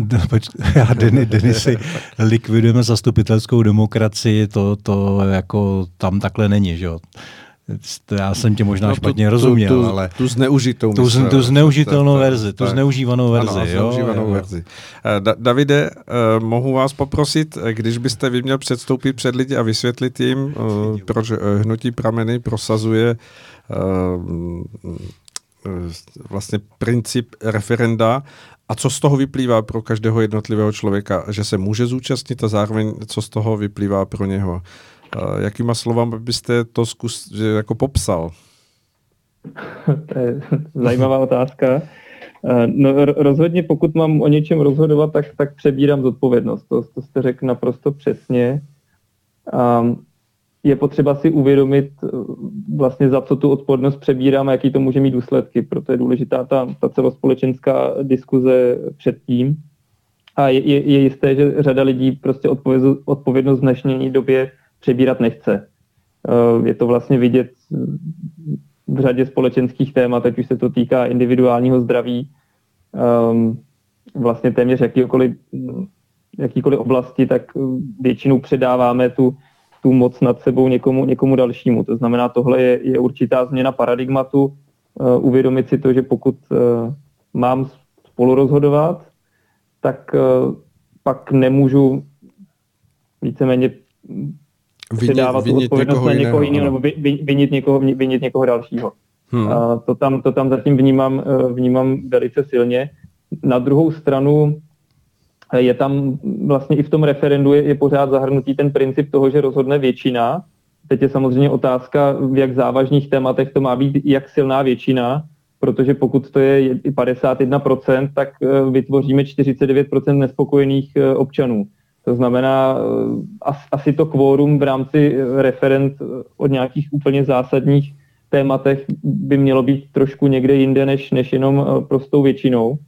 Denisi, likvidujeme zastupitelskou demokracii, to jako tam takhle není, že jo? Já jsem tě možná špatně rozuměl, ale... Tu zneužitou. Tu zneužitelnou verzi, tu zneužívanou verzi. Ano, zneužívanou verzi. Davide, mohu vás poprosit, když byste vy měl předstoupit před lidi a vysvětlit jim, proč Hnutí Prameny prosazuje vlastně princip referenda A co z toho vyplývá pro každého jednotlivého člověka, že se může zúčastnit a zároveň co z toho vyplývá pro něho? Jakýma slovami byste to jako popsal? To je zajímavá otázka. No, rozhodně pokud mám o něčem rozhodovat, tak přebírám zodpovědnost. To jste řekl naprosto přesně. Je potřeba si uvědomit vlastně, za co tu odpovědnost přebírám a jaký to může mít důsledky. Proto je důležitá ta celospolečenská diskuze předtím. A je jisté, že řada lidí prostě odpovědnost v dnešní době přebírat nechce. Je to vlastně vidět v řadě společenských témat, ať už se to týká individuálního zdraví, vlastně téměř jakýkoliv oblasti, tak většinou předáváme tu moc nad sebou někomu dalšímu. To znamená, tohle je určitá změna paradigmatu, uvědomit si to, že pokud mám spolu rozhodovat, tak pak nemůžu víceméně předávat tu odpovědnost na někoho jiného nebo vinit někoho dalšího. To tam zatím vnímám velice silně. Na druhou stranu je tam vlastně i v tom referendu je pořád zahrnutý ten princip toho, že rozhodne většina. Teď je samozřejmě otázka, v jak závažných tématech to má být, jak silná většina, protože pokud to je 51%, tak vytvoříme 49% nespokojených občanů. To znamená, asi to kvórum v rámci referend od nějakých úplně zásadních tématech by mělo být trošku někde jinde, než jenom prostou většinou.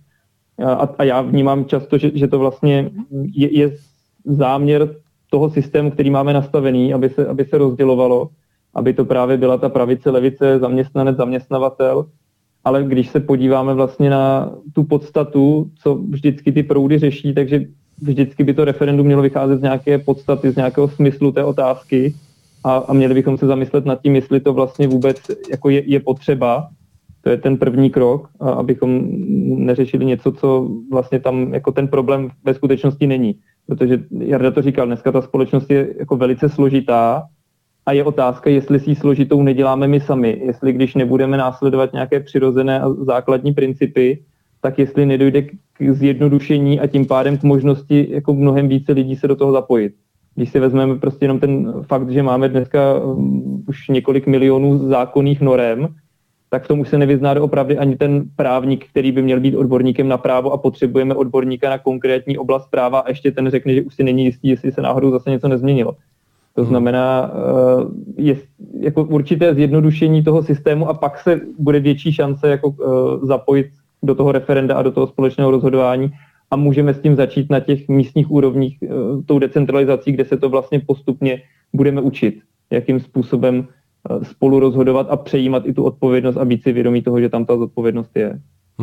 A já vnímám často, že to vlastně je záměr toho systému, který máme nastavený, aby se rozdělovalo, aby to právě byla ta pravice, levice, zaměstnanec, zaměstnavatel. Ale když se podíváme vlastně na tu podstatu, co vždycky ty proudy řeší, takže vždycky by to referendum mělo vycházet z nějaké podstaty, z nějakého smyslu té otázky a měli bychom se zamyslet nad tím, jestli to vlastně vůbec jako je potřeba. To je ten první krok, abychom neřešili něco, co vlastně tam jako ten problém ve skutečnosti není. Protože Jarda to říkal, dneska ta společnost je jako velice složitá a je otázka, jestli si ji složitou neděláme my sami. Jestli když nebudeme následovat nějaké přirozené a základní principy, tak jestli nedojde k zjednodušení a tím pádem k možnosti jako mnohem více lidí se do toho zapojit. Když si vezmeme prostě jenom ten fakt, že máme dneska už několik milionů zákonných norem, tak v tom už se nevyzná doopravdy ani ten právník, který by měl být odborníkem na právo a potřebujeme odborníka na konkrétní oblast práva a ještě ten řekne, že už si není jistý, jestli se náhodou zase něco nezměnilo. To znamená, je jako určité zjednodušení toho systému a pak se bude větší šance jako zapojit do toho referenda a do toho společného rozhodování a můžeme s tím začít na těch místních úrovních tou decentralizací, kde se to vlastně postupně budeme učit, jakým způsobem spolu rozhodovat a přejímat i tu odpovědnost a být si vědomí toho, že tam ta zodpovědnost je.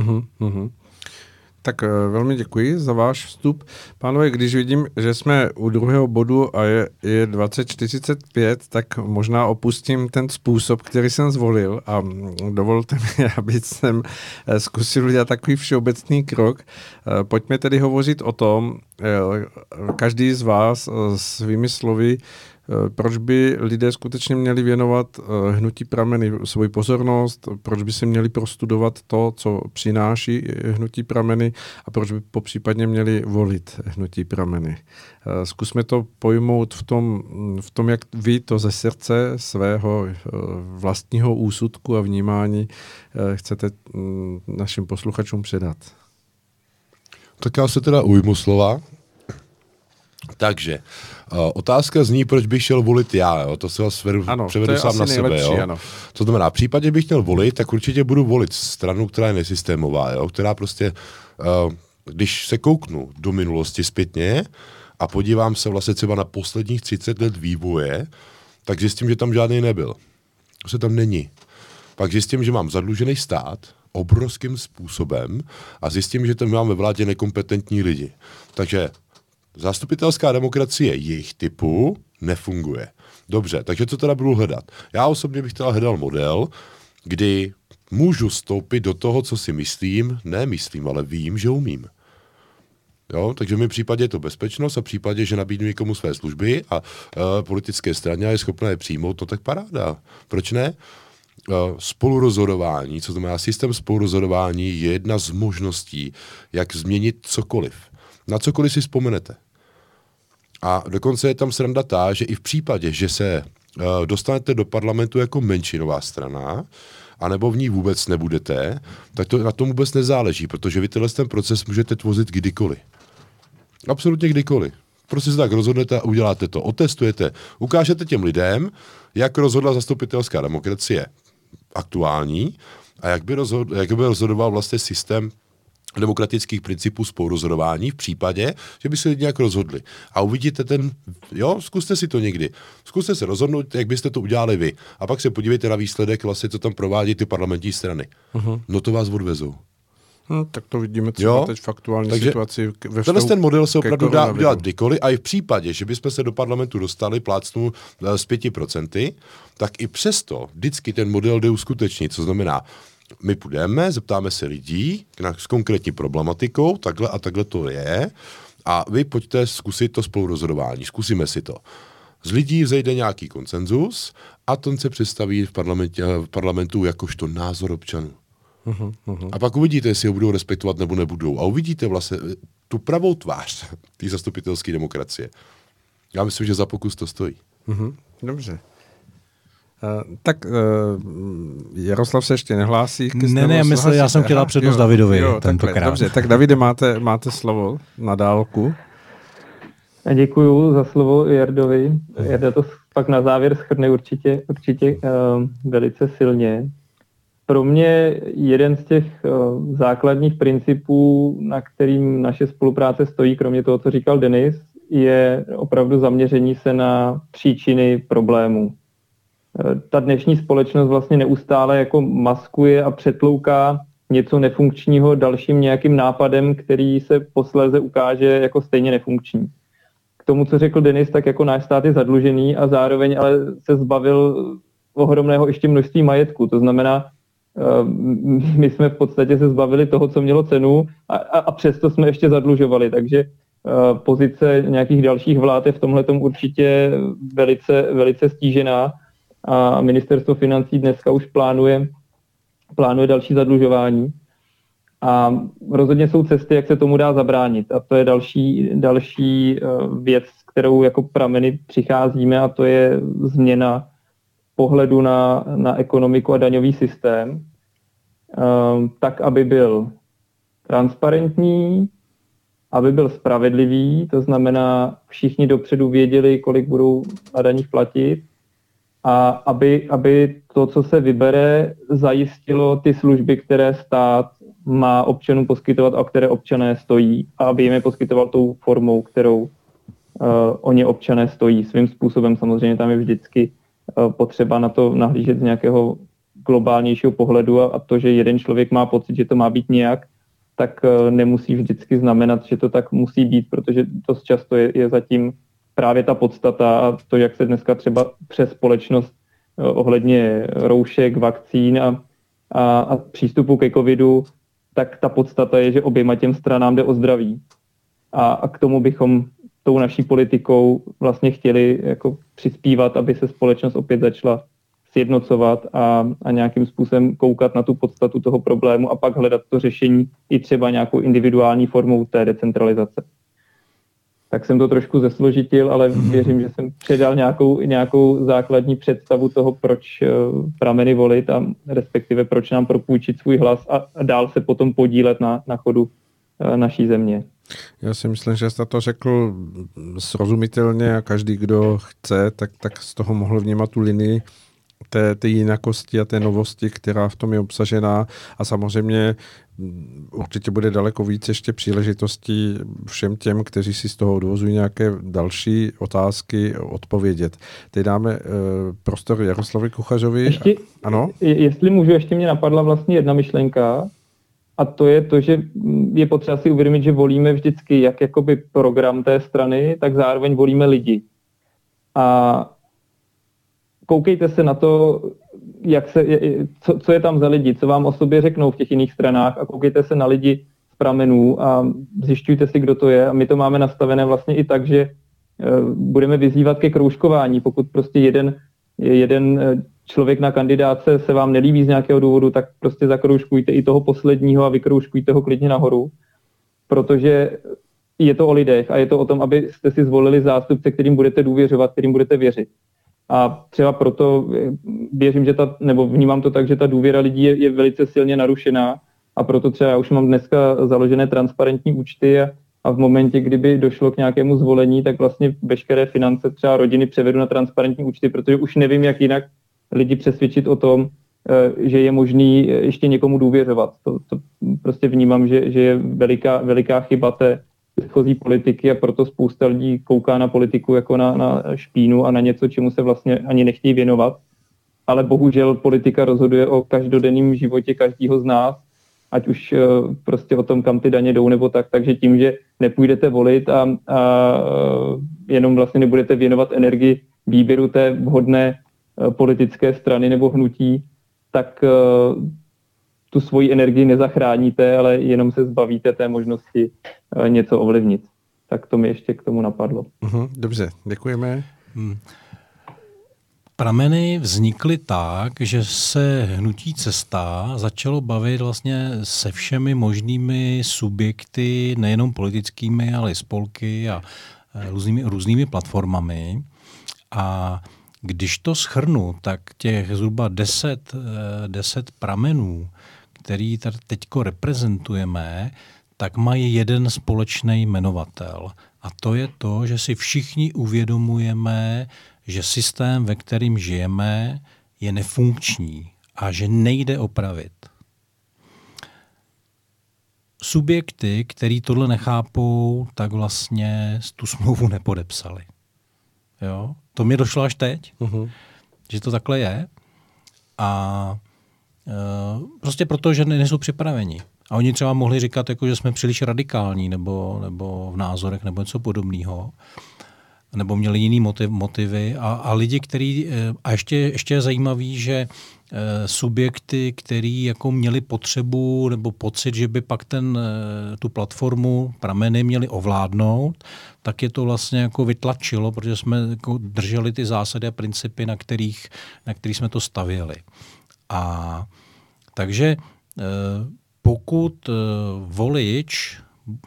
Tak velmi děkuji za váš vstup. Pánové, když vidím, že jsme u druhého bodu a je 20:45, tak možná opustím ten způsob, který jsem zvolil a dovolte mi, aby jsem zkusil udělat takový všeobecný krok. Pojďme tedy hovořit o tom, každý z vás svými slovy, proč by lidé skutečně měli věnovat hnutí Prameny svou pozornost, proč by si měli prostudovat to, co přináší hnutí Prameny a proč by popřípadně měli volit hnutí Prameny. Zkusme to pojmout v tom, jak vy to ze srdce svého vlastního úsudku a vnímání chcete našim posluchačům předat. Tak já se teda ujmu slova. Takže, otázka zní, proč bych šel volit já, jo? To se vás převedu sám na sebe. Jo? Ano. To znamená, v případě, bych chtěl volit, tak určitě budu volit stranu, která je nesystémová, jo? Která prostě, když se kouknu do minulosti zpětně a podívám se vlastně třeba na posledních 30 let vývoje, tak zjistím, že tam žádný nebyl. To se tam není. Pak zjistím, že mám zadlužený stát obrovským způsobem a zjistím, že tam mám ve vládě nekompetentní lidi. Takže zastupitelská demokracie jejich typu nefunguje. Dobře, takže co teda budu hledat? Já osobně bych teda hledal model, kdy můžu vstoupit do toho, co si myslím, ale vím, že umím. Jo, takže v mém případě je to bezpečnost a v případě, že nabídnu někomu své služby a politické straně a je schopné je přijmout, no tak paráda. Proč ne? spolurozhodování, co znamená systém spolurozhodování, je jedna z možností, jak změnit cokoliv. Na cokoliv si vzpomenete. A dokonce je tam sranda ta, že i v případě, že se dostanete do parlamentu jako menšinová strana, anebo v ní vůbec nebudete, tak to na tom vůbec nezáleží, protože vy ten proces můžete tvořit kdykoliv. Absolutně kdykoliv. Prostě se tak rozhodnete a uděláte to. Otestujete, ukážete těm lidem, jak rozhodla zastupitelská demokracie aktuální a jak by rozhodoval vlastně systém demokratických principů spolurozhodování v případě, že by se lidi nějak rozhodli. A uvidíte zkuste si to někdy. Zkuste se rozhodnout, jak byste to udělali vy. A pak se podívejte na výsledek, vlastně, co tam provádí ty parlamentní strany. No to vás odvezou. Tak to vidíme třeba teď v aktuální situaci. Tenhle ten model se opravdu dá udělat kdykoliv a i v případě, že bychom se do parlamentu dostali plácnu z 5%, tak i přesto vždycky ten model jde uskutečnit. Co znamená, my půjdeme, zeptáme se lidí s konkrétní problematikou, takhle a takhle to je, a vy pojďte zkusit to spolurozhodování, zkusíme si to. Z lidí vzejde nějaký konsenzus a ten se představí v parlamentu jakožto názor občanů. A pak uvidíte, jestli ho budou respektovat nebo nebudou. A uvidíte vlastně tu pravou tvář té zastupitelské demokracie. Já myslím, že za pokus to stojí. Dobře. Jaroslav se ještě nehlásí. Já jsem chtěla přednost Davidovi tentokrát. Dobře, tak Davide, máte slovo na dálku. Děkuju za slovo Jardovi. Jarda to pak na závěr shrne určitě velice silně. Pro mě jeden z těch základních principů, na kterým naše spolupráce stojí, kromě toho, co říkal Denis, je opravdu zaměření se na příčiny problémů. Ta dnešní společnost vlastně neustále jako maskuje a přetlouká něco nefunkčního dalším nějakým nápadem, který se posléze ukáže jako stejně nefunkční. K tomu, co řekl Denis, tak jako náš stát je zadlužený a zároveň ale se zbavil ohromného ještě množství majetku. To znamená, my jsme v podstatě se zbavili toho, co mělo cenu a přesto jsme ještě zadlužovali, takže pozice nějakých dalších vlád je v tomhletom určitě velice, velice stížená a ministerstvo financí dneska už plánuje další zadlužování. A rozhodně jsou cesty, jak se tomu dá zabránit. A to je další věc, s kterou jako prameny přicházíme, a to je změna pohledu na ekonomiku a daňový systém, tak, aby byl transparentní, aby byl spravedlivý, to znamená, všichni dopředu věděli, kolik budou na daních platit, a aby to, co se vybere, zajistilo ty služby, které stát má občanům poskytovat a o které občané stojí, a aby jim je poskytoval tou formou, kterou o ně občané stojí. Svým způsobem samozřejmě tam je vždycky potřeba na to nahlížet z nějakého globálnějšího pohledu, a to, že jeden člověk má pocit, že to má být nějak, tak nemusí vždycky znamenat, že to tak musí být, protože dost často je zatím právě ta podstata a to, jak se dneska třeba přes společnost ohledně roušek, vakcín a přístupu ke covidu, tak ta podstata je, že oběma těm stranám jde o zdraví. A k tomu bychom tou naší politikou vlastně chtěli jako přispívat, aby se společnost opět začala sjednocovat a nějakým způsobem koukat na tu podstatu toho problému a pak hledat to řešení i třeba nějakou individuální formou té decentralizace. Tak jsem to trošku zesložitil, ale věřím, že jsem předal nějakou základní představu toho, proč prameny volit a respektive proč nám propůjčit svůj hlas a dál se potom podílet na chodu naší země. Já si myslím, že jste to řekl srozumitelně a každý, kdo chce, tak z toho mohl vnímat tu linii té jinakosti a té novosti, která v tom je obsažená, a samozřejmě určitě bude daleko víc ještě příležitostí všem těm, kteří si z toho odvozují nějaké další otázky, odpovědět. Teď dáme prostor Jaroslavi Kuchařovi. Ano? Jestli můžu, ještě mě napadla vlastně jedna myšlenka, a to je to, že je potřeba si uvědomit, že volíme vždycky jak jakoby program té strany, tak zároveň volíme lidi. A koukejte se na to, co je tam za lidi, co vám o sobě řeknou v těch jiných stranách, a koukejte se na lidi z pramenů a zjišťujte si, kdo to je. A my to máme nastavené vlastně i tak, že budeme vyzývat ke kroužkování. Pokud prostě jeden člověk na kandidátce se vám nelíbí z nějakého důvodu, tak prostě zakroužkujte i toho posledního a vykroužkujte ho klidně nahoru, protože je to o lidech a je to o tom, abyste si zvolili zástupce, kterým budete důvěřovat, kterým budete věřit. A třeba proto věřím, nebo vnímám to tak, že ta důvěra lidí je velice silně narušená a proto třeba já už mám dneska založené transparentní účty a v momentě, kdyby došlo k nějakému zvolení, tak vlastně veškeré finance třeba rodiny převedu na transparentní účty, protože už nevím, jak jinak lidi přesvědčit o tom, že je možný ještě někomu důvěřovat. To prostě vnímám, že je veliká chyba té předchozí politiky a proto spousta lidí kouká na politiku jako na špínu a na něco, čemu se vlastně ani nechtějí věnovat. Ale bohužel politika rozhoduje o každodenním životě každého z nás, ať už prostě o tom, kam ty daně jdou nebo tak. Takže tím, že nepůjdete volit a jenom vlastně nebudete věnovat energii výběru té vhodné politické strany nebo hnutí, tak tu svoji energii nezachráníte, ale jenom se zbavíte té možnosti něco ovlivnit. Tak to mi ještě k tomu napadlo. Dobře, děkujeme. Prameny vznikly tak, že se hnutí Cesta začalo bavit vlastně se všemi možnými subjekty, nejenom politickými, ale i spolky a různými platformami. A když to shrnu, tak těch zhruba 10 pramenů, který tady teďko reprezentujeme, tak mají jeden společný jmenovatel. A to je to, že si všichni uvědomujeme, že systém, ve kterým žijeme, je nefunkční a že nejde opravit. Subjekty, který tohle nechápou, tak vlastně tu smlouvu nepodepsali. Jo? To mi došlo až teď, že to takhle je. A prostě proto, že nejsou připraveni. A oni třeba mohli říkat, jako, že jsme příliš radikální nebo v názorech nebo něco podobného. Nebo měli jiný motivy. A lidi, který... A ještě je zajímavý, že subjekty, který jako měli potřebu nebo pocit, že by pak tu platformu Prameny měli ovládnout, tak je to vlastně jako vytlačilo, protože jsme jako drželi ty zásady a principy, na kterých jsme to stavěli. A takže pokud volič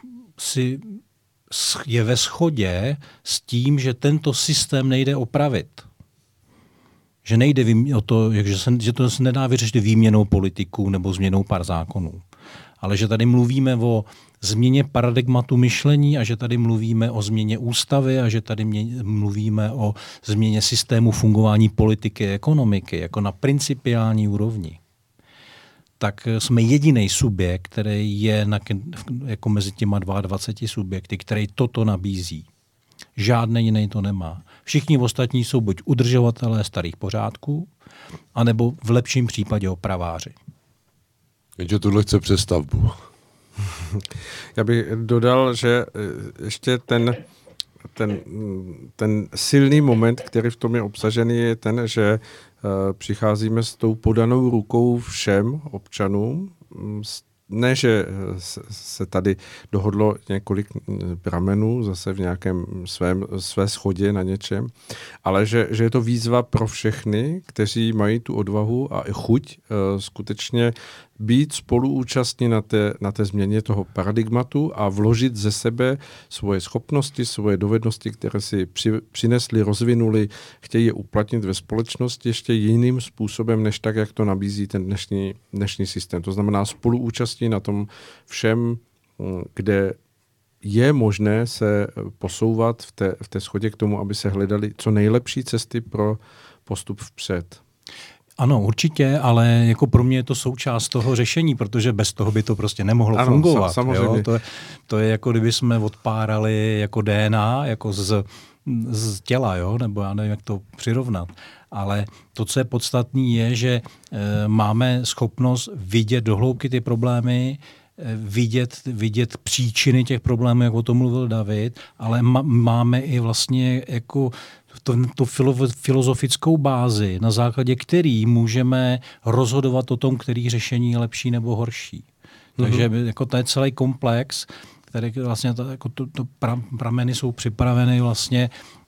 je ve shodě s tím, že tento systém nejde opravit, že nejde o to, že to se nedá vyřešit výměnou politiků nebo změnou pár zákonů, ale že tady mluvíme o změně paradigmatu myšlení a že tady mluvíme o změně ústavy a že tady mluvíme o změně systému fungování politiky a ekonomiky jako na principiální úrovni, tak jsme jediný subjekt, který je jako mezi těma 22 subjekty, který toto nabízí. Žádný jiný to nemá. Všichni ostatní jsou buď udržovatelé starých pořádků, anebo v lepším případě opraváři. Jenže tohle chce přestavbu. Já bych dodal, že ještě ten silný moment, který v tom je obsažený, je ten, že přicházíme s tou podanou rukou všem občanům. Ne, že se tady dohodlo několik pramenů zase v nějakém své shodě na něčem, ale že je to výzva pro všechny, kteří mají tu odvahu a i chuť skutečně být spoluúčastní na té změně toho paradigmatu a vložit ze sebe svoje schopnosti, svoje dovednosti, které si přinesli, rozvinuli, chtějí je uplatnit ve společnosti ještě jiným způsobem, než tak, jak to nabízí ten dnešní systém. To znamená spoluúčastní na tom všem, kde je možné se posouvat v té shodě k tomu, aby se hledaly co nejlepší cesty pro postup vpřed. Ano, určitě, ale jako pro mě je to součást toho řešení, protože bez toho by to prostě nemohlo fungovat. Samozřejmě. Jo? To je jako kdyby jsme odpárali jako DNA jako z těla, jo? Nebo já nevím, jak to přirovnat. Ale to, co je podstatné, je, že máme schopnost vidět do hloubky ty problémy, vidět příčiny těch problémů, jak o tom mluvil David, ale máme i vlastně jako tu filozofickou bázi, na základě který můžeme rozhodovat o tom, který řešení je lepší nebo horší. Takže jako to je celý komplex, který vlastně prameny jsou připraveny vlastně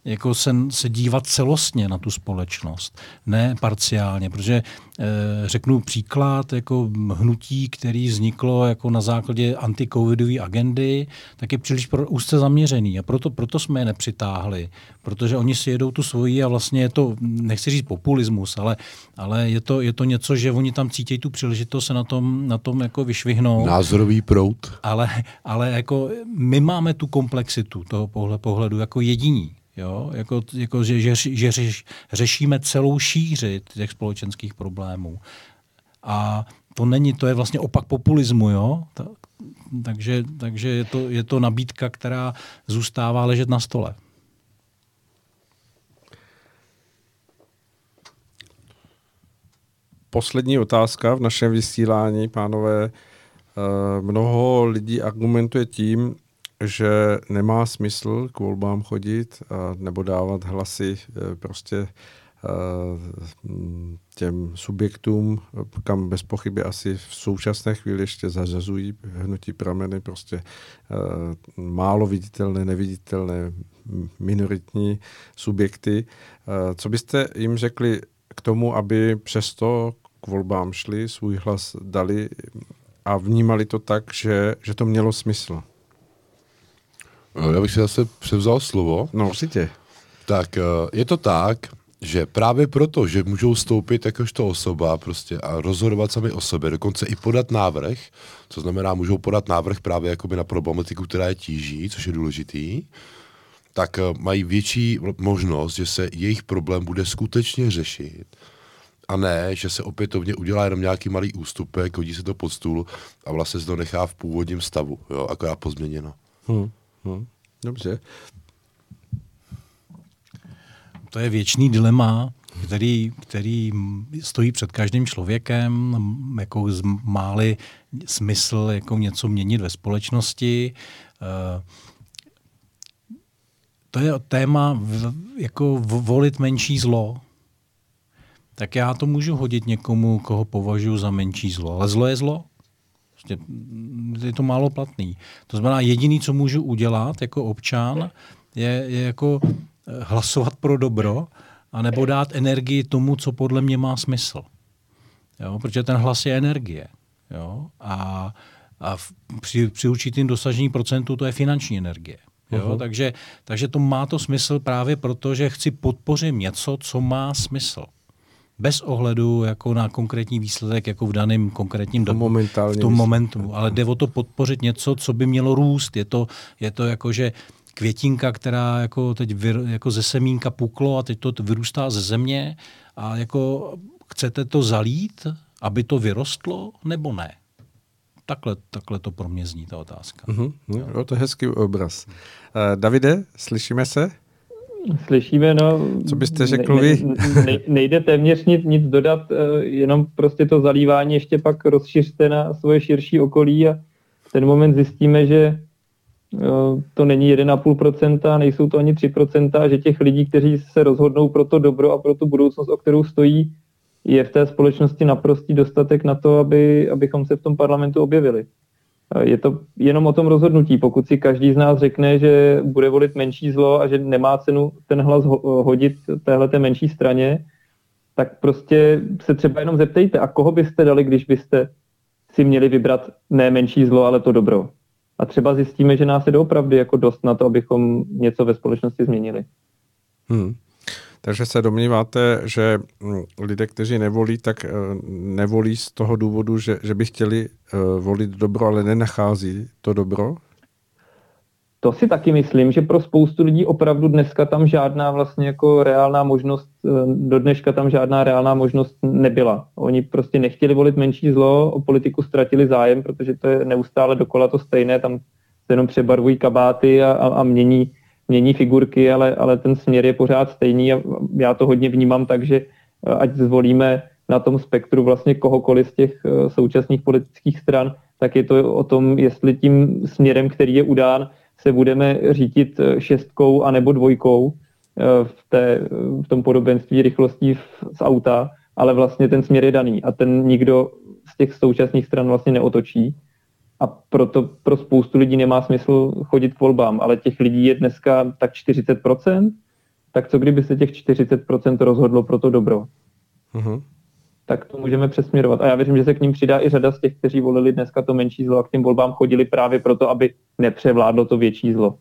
jako se dívat celostně na tu společnost, ne parciálně, protože řeknu příklad, jako hnutí, který vzniklo jako na základě antikovidové agendy, tak je příliš úzce zaměřený a proto jsme je nepřitáhli, protože oni si jedou tu svoji a vlastně je to, nechci říct populismus, ale je to něco, že oni tam cítí tu příležitost se na tom jako vyšvihnout. Názorový proud. Ale jako my máme tu komplexitu toho pohledu jako jediní. Jo? Jako, že řešíme celou šíři těch společenských problémů. A to je vlastně opak populismu. Jo? Takže je to nabídka, která zůstává ležet na stole. Poslední otázka v našem vysílání, pánové. Mnoho lidí argumentuje tím, že nemá smysl k volbám chodit nebo dávat hlasy prostě těm subjektům, kam bez pochyby asi v současné chvíli ještě zařazují hnutí Prameny, prostě málo viditelné, neviditelné, minoritní subjekty. Co byste jim řekli k tomu, aby přesto k volbám šli, svůj hlas dali a vnímali to tak, že to mělo smysl? Já bych si zase převzal slovo. No, určitě. Tak je to tak, že právě proto, že můžou vstoupit jakožto osoba prostě a rozhodovat sami o sobě, dokonce i podat návrh, co znamená, můžou podat návrh právě jakoby na problematiku, která je tíží, což je důležitý, tak mají větší možnost, že se jejich problém bude skutečně řešit. A ne, že se opětovně udělá jenom nějaký malý ústupek, hodí se to pod stůl a vlastně se to nechá v původním stavu, jo, akorát pozměněno. Dobře. To je věčný dilema, který stojí před každým člověkem, jako máli smysl jako něco měnit ve společnosti. To je téma jako volit menší zlo. Tak já to můžu hodit někomu, koho považuji za menší zlo. Ale zlo je zlo. Je to málo platný. To znamená, jediný, co můžu udělat jako občan, je jako hlasovat pro dobro, anebo dát energii tomu, co podle mě má smysl. Jo? Protože ten hlas je energie. Jo? A při určitým dosažení procentu to je finanční energie. Jo? Takže to má to smysl právě proto, že chci podpořit něco, co má smysl. Bez ohledu jako na konkrétní výsledek, jako v daném konkrétním v tom momentu. Ale jde o to podpořit něco, co by mělo růst. Je to jako, že květinka, která jako teď jako ze semínka puklo a teď to vyrůstá ze země a jako chcete to zalít, aby to vyrostlo, nebo ne? Takhle to pro mě zní ta otázka. Jo, to je hezký obraz. Davide, slyšíme se? Slyšíme, no. Co byste řekl vy? Nejde téměř nic dodat, jenom prostě to zalívání ještě pak rozšiřte na svoje širší okolí a v ten moment zjistíme, že to není 1,5%, nejsou to ani 3%, že těch lidí, kteří se rozhodnou pro to dobro a pro tu budoucnost, o kterou stojí, je v té společnosti naprostý dostatek na to, abychom se v tom parlamentu objevili. Je to jenom o tom rozhodnutí. Pokud si každý z nás řekne, že bude volit menší zlo a že nemá cenu ten hlas hodit téhleté menší straně, tak prostě se třeba jenom zeptejte, a koho byste dali, když byste si měli vybrat ne menší zlo, ale to dobro. A třeba zjistíme, že nás je doopravdy jako dost na to, abychom něco ve společnosti změnili. Takže se domníváte, že lidé, kteří nevolí, tak nevolí z toho důvodu, že by chtěli volit dobro, ale nenachází to dobro? To si taky myslím, že pro spoustu lidí opravdu dneska tam žádná vlastně jako reálná možnost, do dneška tam žádná reálná možnost nebyla. Oni prostě nechtěli volit menší zlo, o politiku ztratili zájem, protože to je neustále dokola to stejné, tam se jenom přebarvují kabáty a mění figurky, ale ten směr je pořád stejný a já to hodně vnímám tak, že ať zvolíme na tom spektru vlastně kohokoliv z těch současných politických stran, tak je to o tom, jestli tím směrem, který je udán, se budeme řídit 6 anebo 2 v tom podobenství rychlostí z auta, ale vlastně ten směr je daný a ten nikdo z těch současných stran vlastně neotočí. A proto pro spoustu lidí nemá smysl chodit k volbám, ale těch lidí je dneska tak 40%, tak co kdyby se těch 40% rozhodlo pro to dobro? Uh-huh. Tak to můžeme přesměrovat. A já věřím, že se k ním přidá i řada z těch, kteří volili dneska to menší zlo a k těm volbám chodili právě proto, aby nepřevládlo to větší zlo.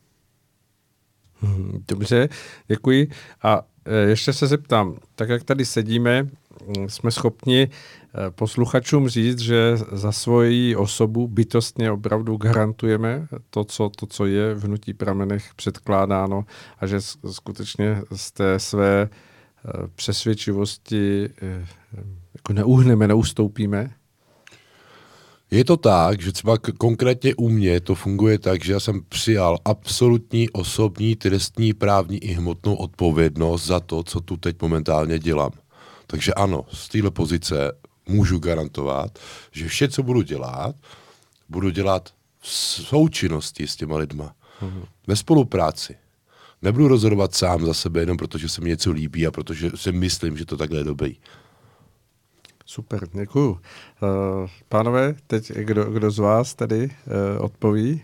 Dobře, děkuji. A ještě se zeptám, tak jak tady sedíme, jsme schopni posluchačům říct, že za svoji osobu bytostně opravdu garantujeme to, co je v Hnutí pramenech předkládáno a že skutečně z té své přesvědčivosti jako neuhneme, neustoupíme? Je to tak, že třeba konkrétně u mě to funguje tak, že já jsem přijal absolutní osobní, trestní, právní i hmotnou odpovědnost za to, co tu teď momentálně dělám. Takže ano, z téhle pozice můžu garantovat, že vše, co budu dělat v součinnosti s těma lidma. Ve spolupráci. Nebudu rozhodovat sám za sebe jenom protože se mi něco líbí a protože si myslím, že to takhle je dobrý. Super, děkuju. Pánové, teď kdo z vás tady odpoví?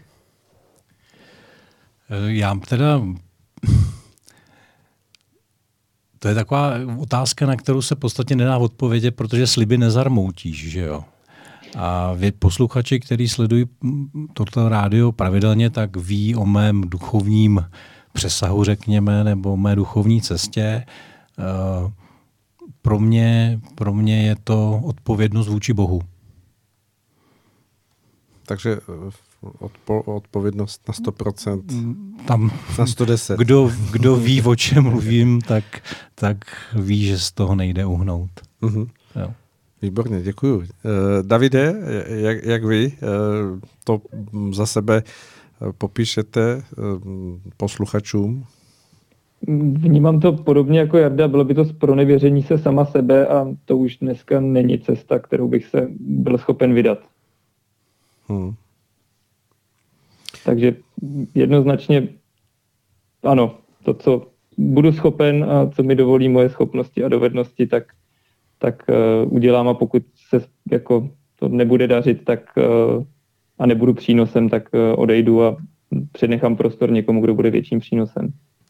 Já teda... To je taková otázka, na kterou se v podstatě nedá odpovědět, protože sliby nezarmoutíš, že jo? A posluchači, kteří sledují toto rádio pravidelně, tak ví o mém duchovním přesahu, řekněme, nebo o mé duchovní cestě. Pro mě je to odpovědnost vůči Bohu. Takže odpovědnost na 100%. Tam, na 110. Kdo ví, o čem mluvím, tak ví, že z toho nejde uhnout. Mm-hmm. Jo. Výborně, děkuju. Davide, jak vy to za sebe popíšete posluchačům? Vnímám to podobně jako Jarda, bylo by to zpronevěření se sama sebe a to už dneska není cesta, kterou bych se byl schopen vydat. Takže jednoznačně ano, to, co budu schopen a co mi dovolí moje schopnosti a dovednosti, tak udělám, a pokud se jako to nebude dařit, tak a nebudu přínosem, tak odejdu a přenechám prostor někomu, kdo bude větším přínosem.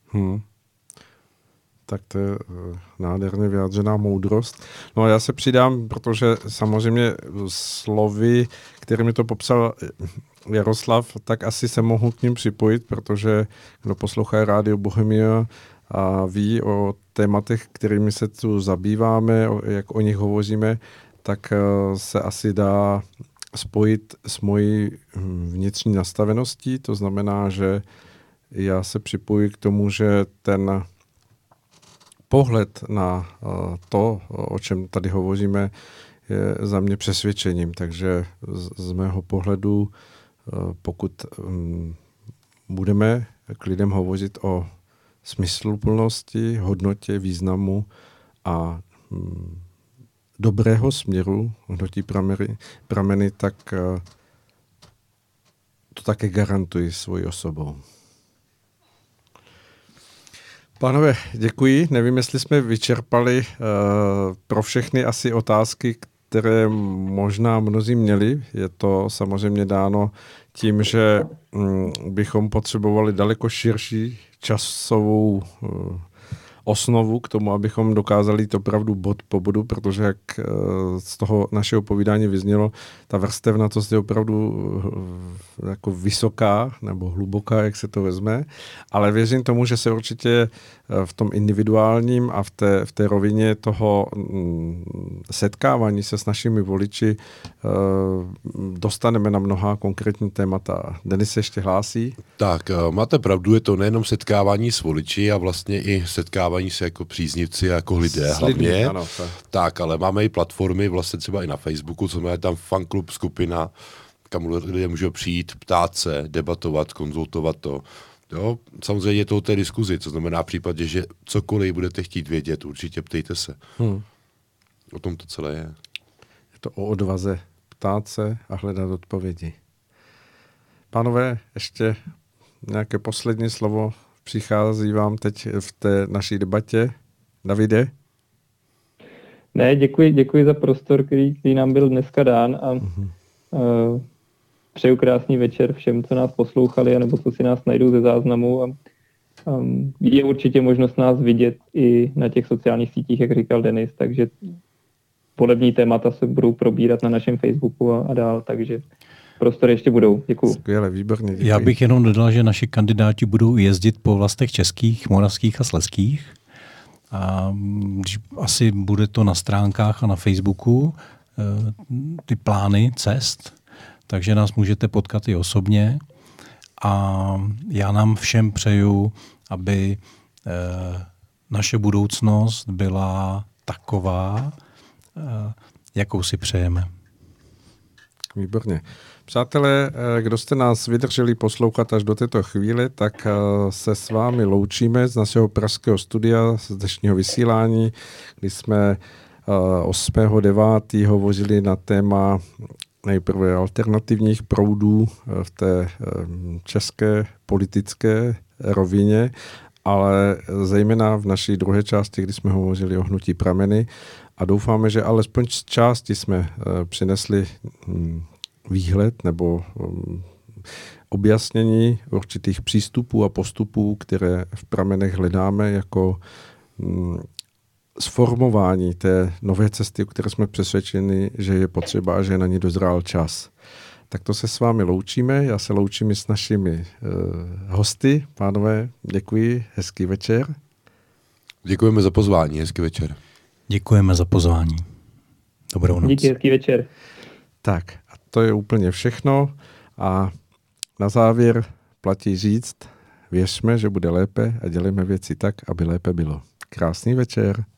Tak to je nádherně vyjádřená moudrost. No a já se přidám, protože samozřejmě slovy, kterými to popsal Jaroslav, tak asi se mohu k ním připojit, protože kdo poslouchá Rádio Bohemia a ví o tématech, kterými se tu zabýváme, jak o nich hovoříme, tak se asi dá spojit s mojí vnitřní nastaveností. To znamená, že já se připojuji k tomu, že ten pohled na to, o čem tady hovoříme, je za mě přesvědčením. Takže z mého pohledu, pokud budeme k lidem hovořit o smysluplnosti, hodnotě, významu a dobrého směru Hnutí prameny, tak to také garantuji svojí osobou. Pánové, děkuji. Nevím, jestli jsme vyčerpali pro všechny asi otázky, které možná mnozí měli. Je to samozřejmě dáno tím, že bychom potřebovali daleko širší časovou osnovu k tomu, abychom dokázali jít opravdu bod po bodu, protože jak z toho našeho povídání vyznělo, ta vrstevnatost je opravdu jako vysoká nebo hluboká, jak se to vezme, ale věřím tomu, že se určitě v tom individuálním a v té rovině toho setkávání se s našimi voliči dostaneme na mnoha konkrétní témata. Denis se ještě hlásí? Tak, máte pravdu, je to nejenom setkávání s voliči a vlastně i setkávání se jako příznivci a jako lidé hlavně. Ano, tak, ale máme i platformy, vlastně třeba i na Facebooku, co máme tam fanklub, skupina, kam lidé můžou přijít, ptát se, debatovat, konzultovat to. Jo, samozřejmě je to o té diskuzi, co znamená v případě, že cokoliv budete chtít vědět, určitě ptejte se. O tom to celé je. Je to o odvaze ptát se a hledat odpovědi. Pánové, ještě nějaké poslední slovo přichází vám teď v té naší debatě. Davide? Ne, děkuji za prostor, který nám byl dneska dán a přeju krásný večer všem, co nás poslouchali, anebo co si nás najdou ze záznamu a Je určitě možnost nás vidět i na těch sociálních sítích, jak říkal Denis, takže volební témata se budou probírat na našem Facebooku a dál, takže prostory ještě budou. Děkuju. Skvěle, výborně. Děkuji. Já bych jenom dodal, že naši kandidáti budou jezdit po vlastech českých, moravských a slezských. A asi bude to na stránkách a na Facebooku, ty plány cest, takže nás můžete potkat i osobně. A já nám všem přeju, aby naše budoucnost byla taková, jakou si přejeme. Výborně. Přátelé, kdo jste nás vydrželi poslouchat až do této chvíli, tak se s vámi loučíme z našeho pražského studia, z dnešního vysílání, kdy jsme 8.9. hovořili na téma nejprve alternativních proudů v té české politické rovině, ale zejména v naší druhé části, kdy jsme hovořili o hnutí Prameny, a doufáme, že alespoň z části jsme přinesli výhled nebo objasnění určitých přístupů a postupů, které v Pramenech hledáme jako sformování té nové cesty, o které jsme přesvědčeni, že je potřeba a že na ní dozrál čas. Tak to se s vámi loučíme. Já se loučím i s našimi hosty. Pánové, děkuji, hezký večer. Děkujeme za pozvání, hezký večer. Děkujeme za pozvání. Dobrou noc. Díky, hezký večer. Tak, a to je úplně všechno. A na závěr platí říct, věřme, že bude lépe a dělejme věci tak, aby lépe bylo. Krásný večer.